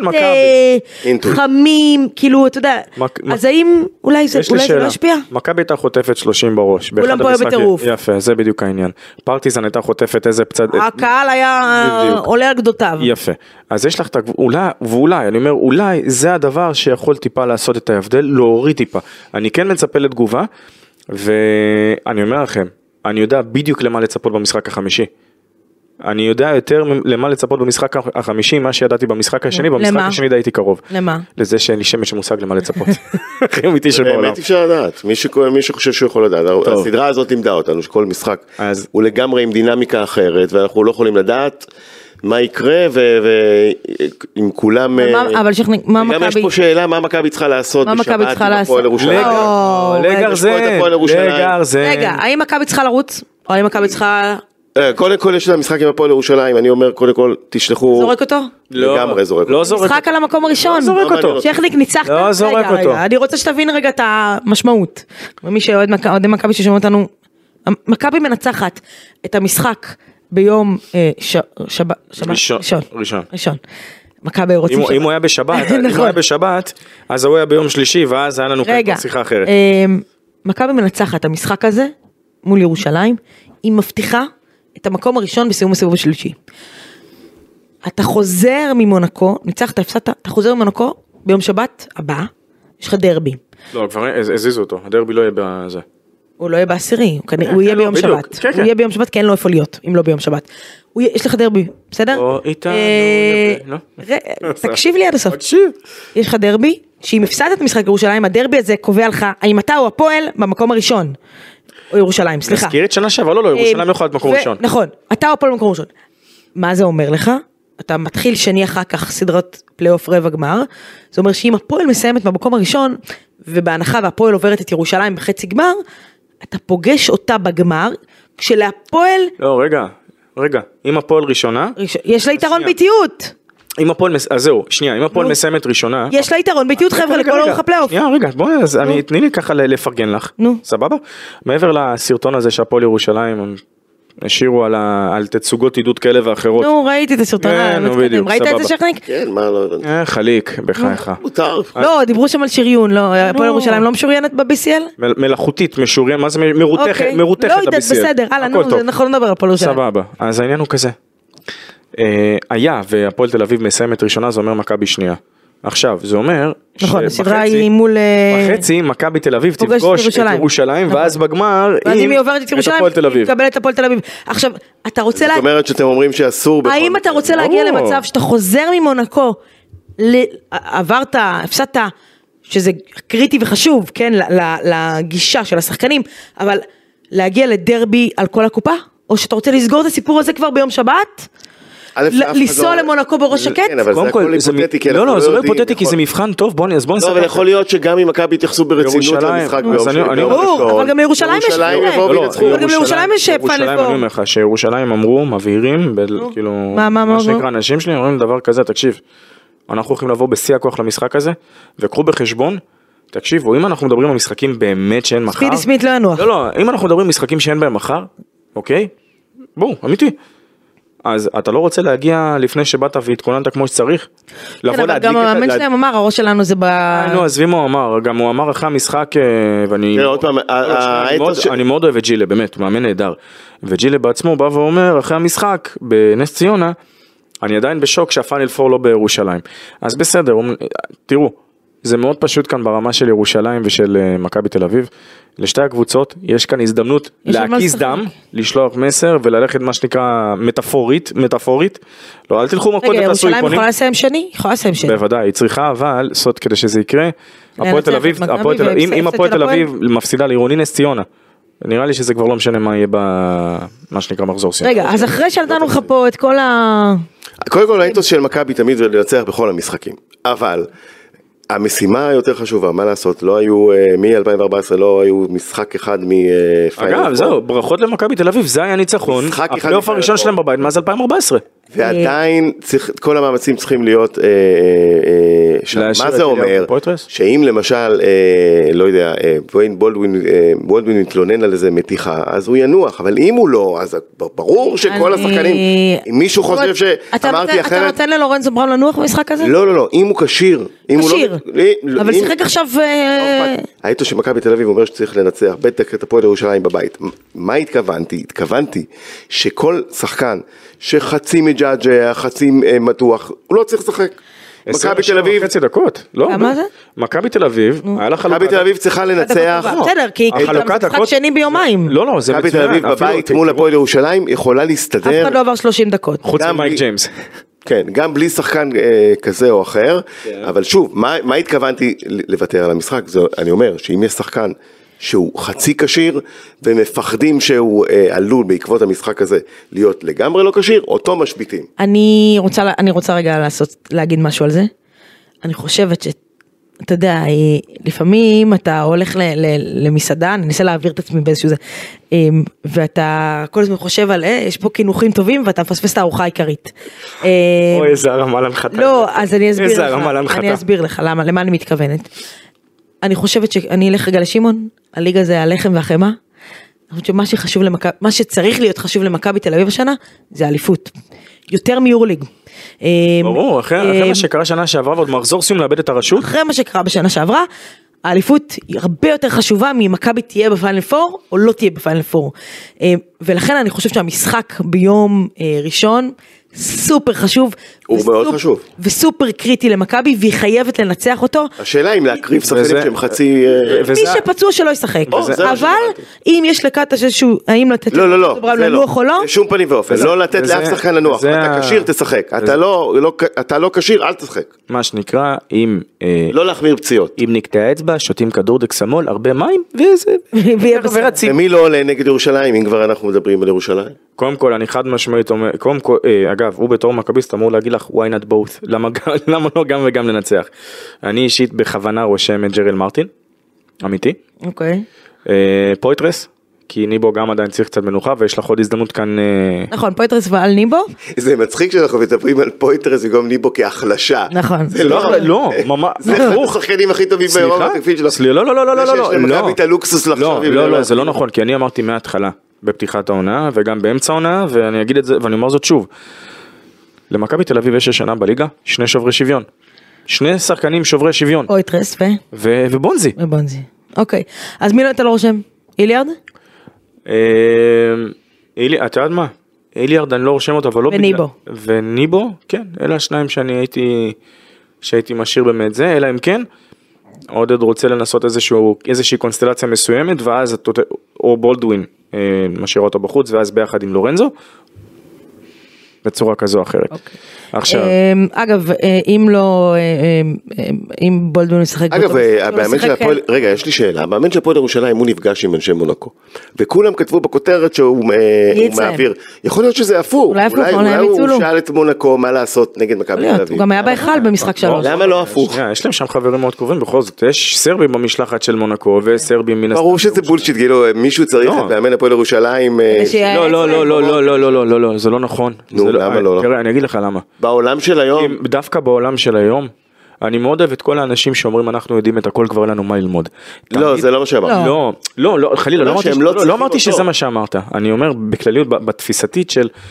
Speaker 2: חמים, כאילו, אתה יודע, אז האם אולי זה לא השפיע?
Speaker 3: מכבי הייתה חוטפת 30 בראש.
Speaker 2: כולם פה בטירוף.
Speaker 3: יפה, זה בדיוק העניין. פרטיזן הייתה חוטפת איזה פצד...
Speaker 2: הקהל היה עולה על גדותיו.
Speaker 3: יפה. אז יש לך את ואולי, אני אומר, אולי זה הדבר שיכול טיפה לעשות את ההבדל, להוריד טיפה. אני כן מצפה לתגובה, ואני אומר לכם, אני יודע בדיוק למה לצפות במשחק החמישי. אני יודע יותר למה לצפות במשחק החמישי, מה שידעתי במשחק השני, במשחק השני הייתי קרוב.
Speaker 2: למה?
Speaker 3: לזה שאין לי שמץ מושג למה לצפות. הכי אמיתי שבעולם.
Speaker 4: באמת אפשר לדעת, מי שחושב שהוא יכול לדעת. הסדרה הזאת לימדה אותנו שכל משחק הוא לגמרי עם דינמיקה אחרת, ואנחנו לא יכולים לדעת מה יקרה, ועם כולם...
Speaker 2: אבל שכנק, מה מכבי...
Speaker 4: גם יש פה שאלה, מה מכבי צריכה לעשות בשבת עם הפועל ירושלים?
Speaker 3: לגר זה...
Speaker 2: רגע, האם מכבי צריכה לרוץ? או האם מכבי צריכה...
Speaker 4: קודם כל יש לה משחק עם הפועל ירושלים, אני אומר קודם כל תשלחו...
Speaker 2: זורק אותו?
Speaker 4: לגמרי זורק אותו.
Speaker 3: לא זורק אותו.
Speaker 2: משחק על המקום הראשון.
Speaker 3: לא זורק אותו.
Speaker 2: שכניק ניצחת.
Speaker 3: לא זורק אותו.
Speaker 2: אני רוצה שתבין רגע את המשמעות. ומי שאוהד מכבי ששומע אותנו, מכבי מנצחת את המשחק ביום ראשון. מכבי רוצים
Speaker 3: אם הוא היה בשבת, אז הוא היה ביום שלישי, ואז היה לנו שיחה אחרת.
Speaker 2: מכבי מנצחת את המשחק הזה מול ירושלים, היא מבטיחה את המקום הראשון בסיום הסיבוב השלישי. אתה חוזר ממונקו, ניצחת, הפסדת, אתה חוזר ממונקו ביום שבת הבא, יש לך דרבי.
Speaker 3: לא, כבר הזיזו אותו, הדרבי לא יהיה בזה.
Speaker 2: הוא לא יהיה בעשירי, הוא יהיה ביום שבת. הוא יהיה ביום שבת כי אין לו איפה להיות, אם לא ביום שבת. יש לך דרבי, בסדר?
Speaker 3: או איתנו,
Speaker 2: תקשיב לי עד הסוף. יש לך דרבי, שאם הפסדת את משחק ירושלים, הדרבי הזה קובע לך, האם אתה או הפועל במקום הראשון. או ירושלים, סליחה.
Speaker 3: נזכיר את שנה שעברה, לא, ירושלים יכולה להיות מקום ראשון.
Speaker 2: נכון, אתה או הפועל במקום ראשון. מה זה אומר לך? אתה מתחיל שני אחר כך סדרת פלייאוף רבע גמר, זה אומר שאם הפועל מסיימת במקום הראשון, ובהנחה והפועל עוברת את ירושלים בחצי גמר, אתה פוגש אותה בגמר, כשלהפועל...
Speaker 3: לא, רגע, אם הפועל ראשונה...
Speaker 2: יש לה יתרון ביתיות.
Speaker 3: אם הפועל, אז זהו, שנייה, אם הפועל מסיימת ראשונה...
Speaker 2: יש לה יתרון ביתיות חבר'ה לכל אורך הפלייאוף.
Speaker 3: שנייה, רגע, בואי, אז תני לי ככה לפרגן לך. סבבה? מעבר לסרטון הזה שהפועל ירושלים... השאירו על תצוגות עידוד כאלה ואחרות.
Speaker 2: נו, ראיתי את הסרטון. ראית את זה שכניק?
Speaker 4: כן, מה לא...
Speaker 3: חליק, בחייך.
Speaker 4: מותר.
Speaker 2: לא, דיברו שם על שריון, לא, הפועל ירושלים לא משוריינת ב-BCL?
Speaker 3: מלאכותית, משוריינת, מה זה מרותכת ב-BCL?
Speaker 2: לא יודעת, בסדר, הלאה, נו, זה נכון לדבר על הפועל ירושלים.
Speaker 3: סבבה, אז העניין הוא כזה. היה, והפועל תל אביב מסיימת ראשונה, זה אומר מכבי שנייה. עכשיו, זה אומר
Speaker 2: נכון, הסדרה היא מול...
Speaker 3: בחצי, מכבי תל אביב תפגוש את ירושלים, ואז בגמר,
Speaker 2: אם היא עוברת את ירושלים, היא תקבל את הפועל תל אביב. עכשיו, אתה רוצה...
Speaker 4: זאת אומרת שאתם אומרים שאסור...
Speaker 2: האם אתה רוצה להגיע למצב שאתה חוזר ממונקו, עברת, הפסדת, שזה קריטי וחשוב, כן, לגישה של השחקנים, אבל להגיע לדרבי על כל הקופה? או שאתה רוצה לסגור את הסיפור הזה כבר ביום שבת? לנסוע למונקו בראש שקט?
Speaker 4: כן, אבל זה הכל היפותטי.
Speaker 3: לא, זה לא היפותטי, כי זה מבחן טוב, בוא נספר.
Speaker 4: לא, אבל יכול להיות שגם אם מכבי יתייחסו ברצינות למשחק ביום שבת.
Speaker 2: אבל גם לירושלים יש אבל גם לירושלים יש פן לפה.
Speaker 3: אני אומר לך, שירושלים אמרו, מבהירים, כאילו, מה שנקרא, אנשים שלי אומרים דבר כזה, תקשיב, אנחנו הולכים לבוא בשיא הכוח למשחק הזה, וקחו בחשבון, תקשיבו, אם אנחנו מדברים על משחקים באמת שאין מחר,
Speaker 2: ספידי סמית לא ינוח.
Speaker 3: לא, אם אנחנו מדברים על משחקים שאין בהם מחר, אוקיי? בואו, אמיתי. אז אתה לא רוצה להגיע לפני שבאת והתכוננת כמו שצריך?
Speaker 2: כן, אבל גם המאמן שלהם אמר, הראש שלנו זה
Speaker 3: נו, עזבי מה הוא אמר, גם הוא אמר אחרי המשחק, ואני אני מאוד אוהב את ג'ילה, באמת, הוא מאמן נהדר. וג'ילה בעצמו בא ואומר, אחרי המשחק בנס ציונה, אני עדיין בשוק שהפאנל פור לא בירושלים. אז בסדר, תראו, זה מאוד פשוט כאן ברמה של ירושלים ושל מכבי תל אביב. לשתי הקבוצות יש כאן הזדמנות להקיס דם, לשלוח מסר וללכת מה שנקרא מטאפורית. לא, אל תלכו מכות
Speaker 2: רגע,
Speaker 3: ותעשו
Speaker 2: ירושלים
Speaker 3: איפונים.
Speaker 2: יכולה לסיים שני? יכולה לסיים שני.
Speaker 3: בוודאי, היא צריכה, אבל סוד כדי שזה יקרה, הפועל תל אביב, אם הפועל תל אביב מפסידה לעירוני נס ציונה, נראה לי שזה כבר לא משנה מה יהיה במה שנקרא מחזור סיום.
Speaker 2: רגע, אז אחרי שנתנו לך פה את כל
Speaker 4: קודם כל האיתוס של מכבי תמיד זה לנצח בכל המשחקים, אבל המשימה היותר חשובה, מה לעשות, לא היו, מ-2014 לא היו משחק אחד מפיינל.
Speaker 3: אגב, זהו, ברכות למכבי תל אביב, זה היה ניצחון, הפלייאוף הראשון שלהם בבית מאז 2014.
Speaker 4: ועדיין כל המאמצים צריכים להיות, מה זה אומר? שאם למשל, לא יודע, בולדווין מתלונן על איזה מתיחה, אז הוא ינוח, אבל אם הוא לא, אז ברור שכל השחקנים, אם מישהו חושב שאמרתי אחרת...
Speaker 2: אתה נותן ללורנזו בראון לנוח במשחק הזה?
Speaker 4: לא, אם הוא כשיר.
Speaker 2: כשיר, אבל שיחק עכשיו...
Speaker 4: הייתו שמכבי תל אביב אומר שצריך לנצח, בטח את הפועל ירושלים בבית. מה התכוונתי? התכוונתי שכל שחקן שחצי מג'אג'ה, חצי מתוח, הוא לא צריך לשחק. מכבי תל אביב...
Speaker 3: חצי דקות, לא?
Speaker 2: מה זה?
Speaker 3: מכבי תל אביב, היה לה חלוקת...
Speaker 4: מכבי תל אביב צריכה לנצח...
Speaker 2: בסדר, כי משחק שני ביומיים.
Speaker 3: לא, זה
Speaker 4: מכבי תל אביב בבית מול הפועל ירושלים יכולה להסתדר...
Speaker 2: אף אחד לא עבר 30 דקות.
Speaker 3: חוץ ממייק ג'יימס.
Speaker 4: כן, גם בלי שחקן כזה או אחר, אבל שוב, מה התכוונתי לוותר על המשחק? אני אומר שאם יש שחקן שהוא חצי כשיר, ומפחדים שהוא עלול בעקבות המשחק הזה להיות לגמרי לא כשיר, אותו משביטים.
Speaker 2: אני רוצה רגע להגיד משהו על זה. אני חושבת אתה יודע, לפעמים אתה הולך למסעדה, אני אנסה להעביר את עצמי באיזשהו זה, ואתה כל הזמן חושב על, יש פה כינוחים טובים, ואתה מפספס את הארוחה העיקרית.
Speaker 3: אוי, איזה הרמה להנחתה.
Speaker 2: לא, אז אני אסביר לך למה אני מתכוונת. אני חושבת שאני אלך רגע לשמעון, הליגה זה הלחם והחמה, אני חושבת שמה שצריך להיות חשוב למכבי תל אביב השנה, זה אליפות. יותר מיורליג.
Speaker 3: ברור, אחרי מה שקרה שנה שעברה, ועוד מחזור סיום לאבד את הרשות.
Speaker 2: אחרי מה שקרה בשנה שעברה, האליפות היא הרבה יותר חשובה ממכבי תהיה בפיינל פור, או לא תהיה בפיינל פור. ולכן אני חושב שהמשחק ביום ראשון, סופר חשוב.
Speaker 4: הוא מאוד חשוב.
Speaker 2: וסופר קריטי למכבי, והיא חייבת לנצח אותו.
Speaker 4: השאלה אם להקריב שחקנים שהם חצי...
Speaker 2: מי שפצוע שלא ישחק. אבל אם יש לקטע איזשהו, האם לתת לנוח או לא?
Speaker 4: שום פנים ואופן, לא לתת לאף שחקן לנוח. אתה כשיר תשחק, אתה לא כשיר אל תשחק.
Speaker 3: מה שנקרא, אם...
Speaker 4: לא להחמיר פציעות.
Speaker 3: אם נקטע אצבע, שותים כדור דקסמול, הרבה מים,
Speaker 4: ומי לא עולה נגד ירושלים, אם כבר אנחנו מדברים על ירושלים?
Speaker 3: קודם כל, אני חד משמעית אומר, אגב, הוא בתור מכביסט אמור להגיד לך, why not both? למה לא גם וגם לנצח? אני אישית בכוונה רושם את ג'רל מרטין, אמיתי.
Speaker 2: אוקיי.
Speaker 3: פויטרס, כי ניבו גם עדיין צריך קצת מנוחה, ויש לך עוד הזדמנות כאן...
Speaker 2: נכון, פויטרס ועל ניבו.
Speaker 4: זה מצחיק שאנחנו מדברים על פויטרס וגם ניבו כהחלשה.
Speaker 2: נכון.
Speaker 3: לא, ממש...
Speaker 4: זה אחד השחקנים הכי טובים באירופה התקפית שלו.
Speaker 3: לא, זה לא נכון, כי אני אמרתי מההתחלה, בפתיחת העונה, וגם באמצע העונה, ואני אגיד את זה, ואני אומר זאת שוב. למכבי תל אביב יש השנה בליגה, 2 שוברי שוויון. 2 שחקנים שוברי שוויון.
Speaker 2: פויטרס
Speaker 3: ובונזי.
Speaker 2: אוקיי, אז מי לא אתה לא רושם? איליארד?
Speaker 3: אתה יודע מה? איליארד אני לא רושם אותו, אבל לא
Speaker 2: וניבו.
Speaker 3: וניבו, כן, אלה השניים שהייתי משאיר באמת זה, אלא אם כן, עודד רוצה לנסות איזושהי קונסטלציה מסוימת, ואז או בולדווין משאיר אותו בחוץ, ואז ביחד עם לורנזו, בצורה כזו או אחרת. עכשיו.
Speaker 2: אגב, אם לא, אם בולדווין ישחק...
Speaker 4: אגב, רגע, יש לי שאלה, המאמן של הפועל ירושלים הוא נפגש עם אנשי מונקו, וכולם כתבו בכותרת שהוא מעביר. יכול להיות שזה הפוך, אולי הוא שאל את מונקו מה לעשות נגד מכבי תל אביב.
Speaker 2: הוא גם היה בהיכל במשחק 3.
Speaker 4: למה לא הפוך?
Speaker 3: יש להם שם חברים מאוד קרובים, בכל זאת, יש סרבים במשלחת של מונקו, וסרבים מן...
Speaker 4: ברור שזה בולשיט, כאילו, מישהו צריך את מאמן הפועל ירושלים...
Speaker 3: לא, זה לא נכון.
Speaker 4: למה לא?
Speaker 3: אני אגיד לך למה.
Speaker 4: בעולם של היום...
Speaker 3: דווקא בעולם של היום, אני מאוד אוהב את כל האנשים שאומרים אנחנו יודעים את הכל, כבר לנו מה ללמוד.
Speaker 4: לא, זה לא מה שאמרת.
Speaker 3: לא, חלילה, לא אמרתי שזה מה שאמרת. אני אומר בכלליות, בתפיסתית של,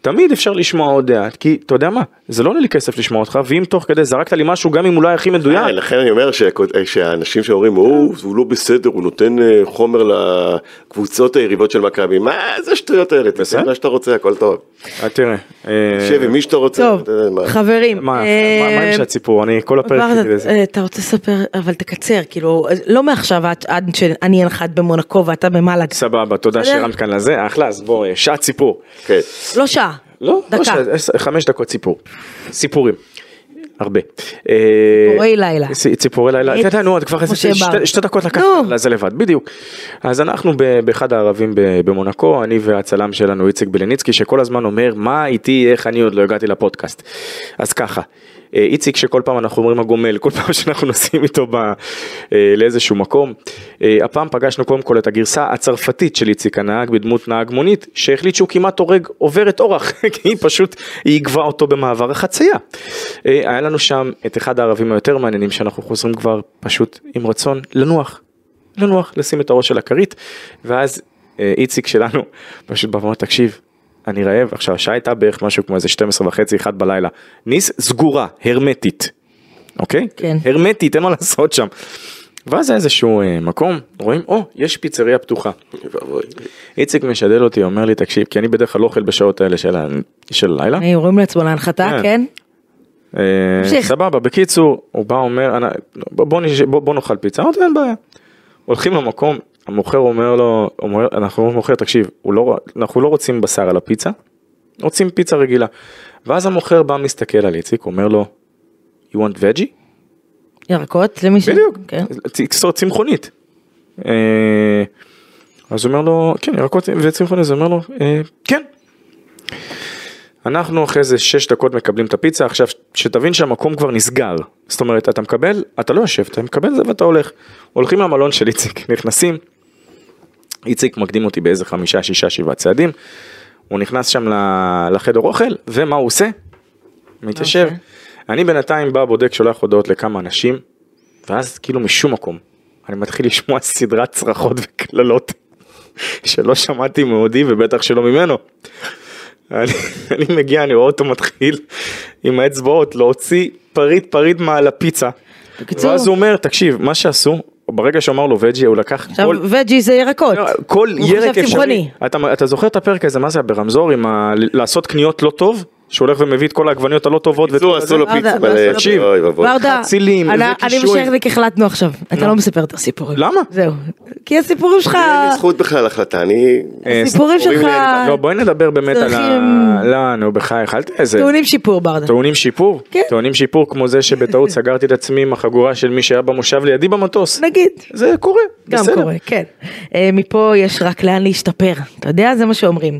Speaker 3: תמיד אפשר לשמוע עוד דעת, כי אתה יודע מה, זה לא עולה לי כסף לשמוע אותך, ואם תוך כדי זרקת לי משהו, גם אם הוא לא היה הכי מדויק.
Speaker 4: לכן אני אומר שהאנשים שאומרים, הוא לא בסדר, הוא נותן חומר לקבוצות היריבות של מכבי, מה זה שטויות האלה, תעשה מה שאתה רוצה, הכל טוב.
Speaker 3: תראה.
Speaker 4: שב עם מי שאתה רוצה.
Speaker 2: טוב, חברים.
Speaker 3: מה עם שהציפור, אני כל הפרק חיכיתי לזה.
Speaker 2: אתה רוצה לספר, אבל תקצר, כאילו, לא מעכשיו עד שאני אנחת במונקו ואתה במלאג.
Speaker 3: סבבה, תודה שהרמת כאן לזה, אחלה, אז בוא, שעת סיפור.
Speaker 2: לא שעה.
Speaker 3: לא,
Speaker 2: דקה.
Speaker 3: 5 דקות סיפור. סיפורים. הרבה.
Speaker 2: ציפורי לילה.
Speaker 3: ציפורי לילה. אתה יודע, נו, כבר איזה 2 דקות לקחת לזה לבד, בדיוק. אז אנחנו באחד הערבים במונקו, אני והצלם שלנו איציק בלניצקי, שכל הזמן אומר, מה איתי, איך אני עוד לא הגעתי לפודקאסט. אז ככה, איציק שכל פעם אנחנו אומרים הגומל, כל פעם שאנחנו נוסעים איתו לאיזשהו מקום, הפעם פגשנו קודם כל את הגרסה הצרפתית של איציק הנהג בדמות נהג מונית, שהחליט שהוא כמעט עובר את אורח, כי היא עקבה אותו במעבר החצייה. היה לנו שם את אחד הערבים היותר מעניינים, שאנחנו חוזרים כבר פשוט עם רצון לנוח, לשים את הראש של הכרית, ואז איציק שלנו פשוט בא, תקשיב, אני רעב, עכשיו השעה הייתה בערך משהו כמו איזה 12:30, 1 בלילה, ניס סגורה, הרמטית, אוקיי?
Speaker 2: כן.
Speaker 3: הרמטית, אין מה לעשות שם. ואז היה איזשהו מקום, רואים, יש פיצריה פתוחה. איציק משדל אותי, אומר לי, תקשיב, כי אני בדרך כלל לא אוכל בשעות האלה של הלילה.
Speaker 2: רואים לעצמו להנחתה, כן?
Speaker 3: סבבה, בקיצור, הוא בא אומר, בוא נאכל פיצה, אין בעיה. הולכים למקום, המוכר אומר לו, אנחנו מוכר, תקשיב, אנחנו לא רוצים בשר על הפיצה, רוצים פיצה רגילה. ואז המוכר בא מסתכל על איציק, אומר לו, you want veggie?
Speaker 2: ירקות למישהו?
Speaker 3: בדיוק, צמחונית. אז הוא אומר לו, כן, ירקות וצמחונית, אז הוא אומר לו, כן. אנחנו אחרי זה 6 דקות מקבלים את הפיצה, עכשיו שתבין שהמקום כבר נסגר, זאת אומרת, אתה מקבל, אתה לא יושב, אתה מקבל זה ואתה הולכים למלון של איציק, נכנסים, איציק מקדים אותי באיזה 5, 6, 7 צעדים, הוא נכנס שם לחדר אוכל, ומה הוא עושה? מתיישב. אני בינתיים בא, בודק, שולח הודעות לכמה אנשים, ואז כאילו משום מקום, אני מתחיל לשמוע סדרת צרחות וכללות, שלא שמעתי מאודי ובטח שלא ממנו. אני מגיע, אני רואה אותו מתחיל עם האצבעות להוציא פריט מעל הפיצה, ואז הוא אומר, תקשיב, מה שעשו, ברגע שאמר לו וג'י, הוא לקח
Speaker 2: עכשיו וג'י זה ירקות,
Speaker 3: כל ירק אפשרי, אתה זוכר את הפרק הזה, מה זה ברמזור, לעשות קניות לא טוב, שהוא הולך ומביא את כל העגבניות הלא טובות,
Speaker 4: עשו לו פיצה,
Speaker 3: תקשיב, חצילים,
Speaker 2: אני ושרניק החלטנו עכשיו, אתה לא מספר את הסיפורים.
Speaker 3: למה?
Speaker 2: זהו, כי הסיפורים שלך,
Speaker 4: אין לי זכות בכלל החלטה,
Speaker 2: הסיפורים שלך,
Speaker 3: לא, בואי נדבר באמת על לא, נו, בחייך, אל תעזר.
Speaker 2: טעונים שיפור, ברדה.
Speaker 3: טעונים שיפור?
Speaker 2: כן.
Speaker 3: טעונים שיפור כמו זה שבטעות סגרתי את עצמי עם החגורה של מי שהיה במושב לידי במטוס.
Speaker 2: נגיד.
Speaker 3: זה קורה,
Speaker 2: גם
Speaker 3: בסדר.
Speaker 2: קורה, כן. מפה יש רק לאן להשתפר, אתה יודע, זה מה שאומרים.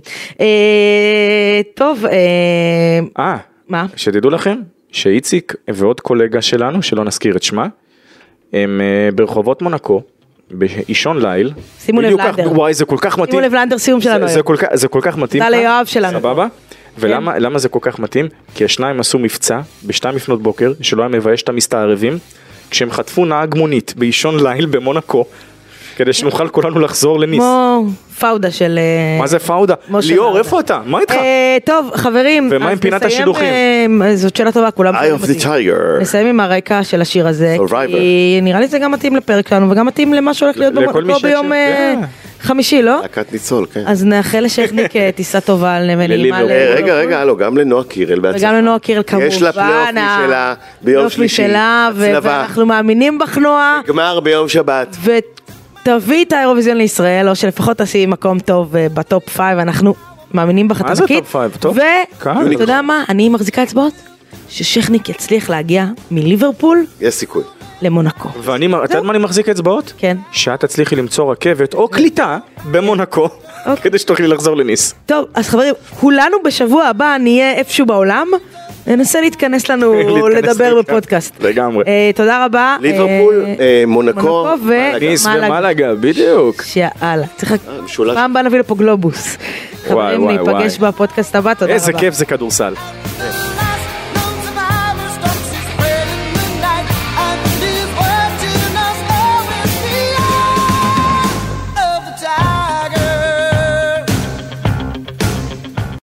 Speaker 2: טוב, מה?
Speaker 3: שתדעו לכם שאיציק ועוד קולגה שלנו, שלא נזכיר את שמה, הם ברחובות מונקו, באישון ליל.
Speaker 2: שימו לב לאנדר.
Speaker 3: וואי, זה כל כך מתאים.
Speaker 2: שימו לב לאנדר סיום שלנו.
Speaker 3: זה כל כך מתאים.
Speaker 2: זה ליואב שלנו.
Speaker 3: סבבה? ולמה זה כל כך מתאים? כי השניים עשו מבצע ב2 לפנות בוקר, שלא היה מבייש את המסתערבים, כשהם חטפו נהג מונית באישון ליל במונקו, כדי שנוכל כולנו לחזור לניס.
Speaker 2: כמו פאודה של...
Speaker 3: מה זה פאודה? ליאור, איפה אתה? מה איתך?
Speaker 2: טוב, חברים.
Speaker 3: ומה עם פינת השידוכים?
Speaker 2: זאת שאלה טובה, כולם...
Speaker 4: Eye of the Tiger.
Speaker 2: נסיים עם הרקע של השיר הזה. כי נראה לי זה גם מתאים לפרק שלנו, וגם מתאים למה שהולך להיות במונקו ביום חמישי, לא?
Speaker 4: להקת ניצול, כן.
Speaker 2: אז נאחל לשרניק טיסה טובה ונעימה.
Speaker 4: רגע, גם לנועה קירל בהצלחה.
Speaker 2: וגם לנועה קירל כמובן.
Speaker 4: יש לה פלייאוף משלה ביום שלישי.
Speaker 2: ואנחנו מאמינים בך, נועה.
Speaker 4: גמר ביום שבת.
Speaker 2: תביא את האירוויזיון לישראל, או שלפחות תעשי מקום טוב בטופ 5, אנחנו מאמינים בך
Speaker 3: מה זה טופ 5? טוב?
Speaker 2: ואתה יודע מה, אני מחזיקה אצבעות, ששרניק יצליח להגיע מליברפול,
Speaker 4: יש סיכוי.
Speaker 2: למונקו.
Speaker 3: ואני, אתה יודע מה אני מחזיק אצבעות?
Speaker 2: כן.
Speaker 3: שאת תצליחי למצוא רכבת או קליטה במונקו, כדי שתוכלי לחזור לניס.
Speaker 2: טוב, אז חברים, כולנו בשבוע הבא נהיה איפשהו בעולם, ננסה להתכנס לנו לדבר בפודקאסט.
Speaker 3: לגמרי.
Speaker 2: תודה רבה.
Speaker 4: ליברפול, מונקו
Speaker 3: ניס ומלאגה, בדיוק.
Speaker 2: שיאללה. פעם בא נביא לפה גלובוס. חברים, ניפגש בפודקאסט הבא, תודה רבה.
Speaker 3: איזה כיף זה כדורסל.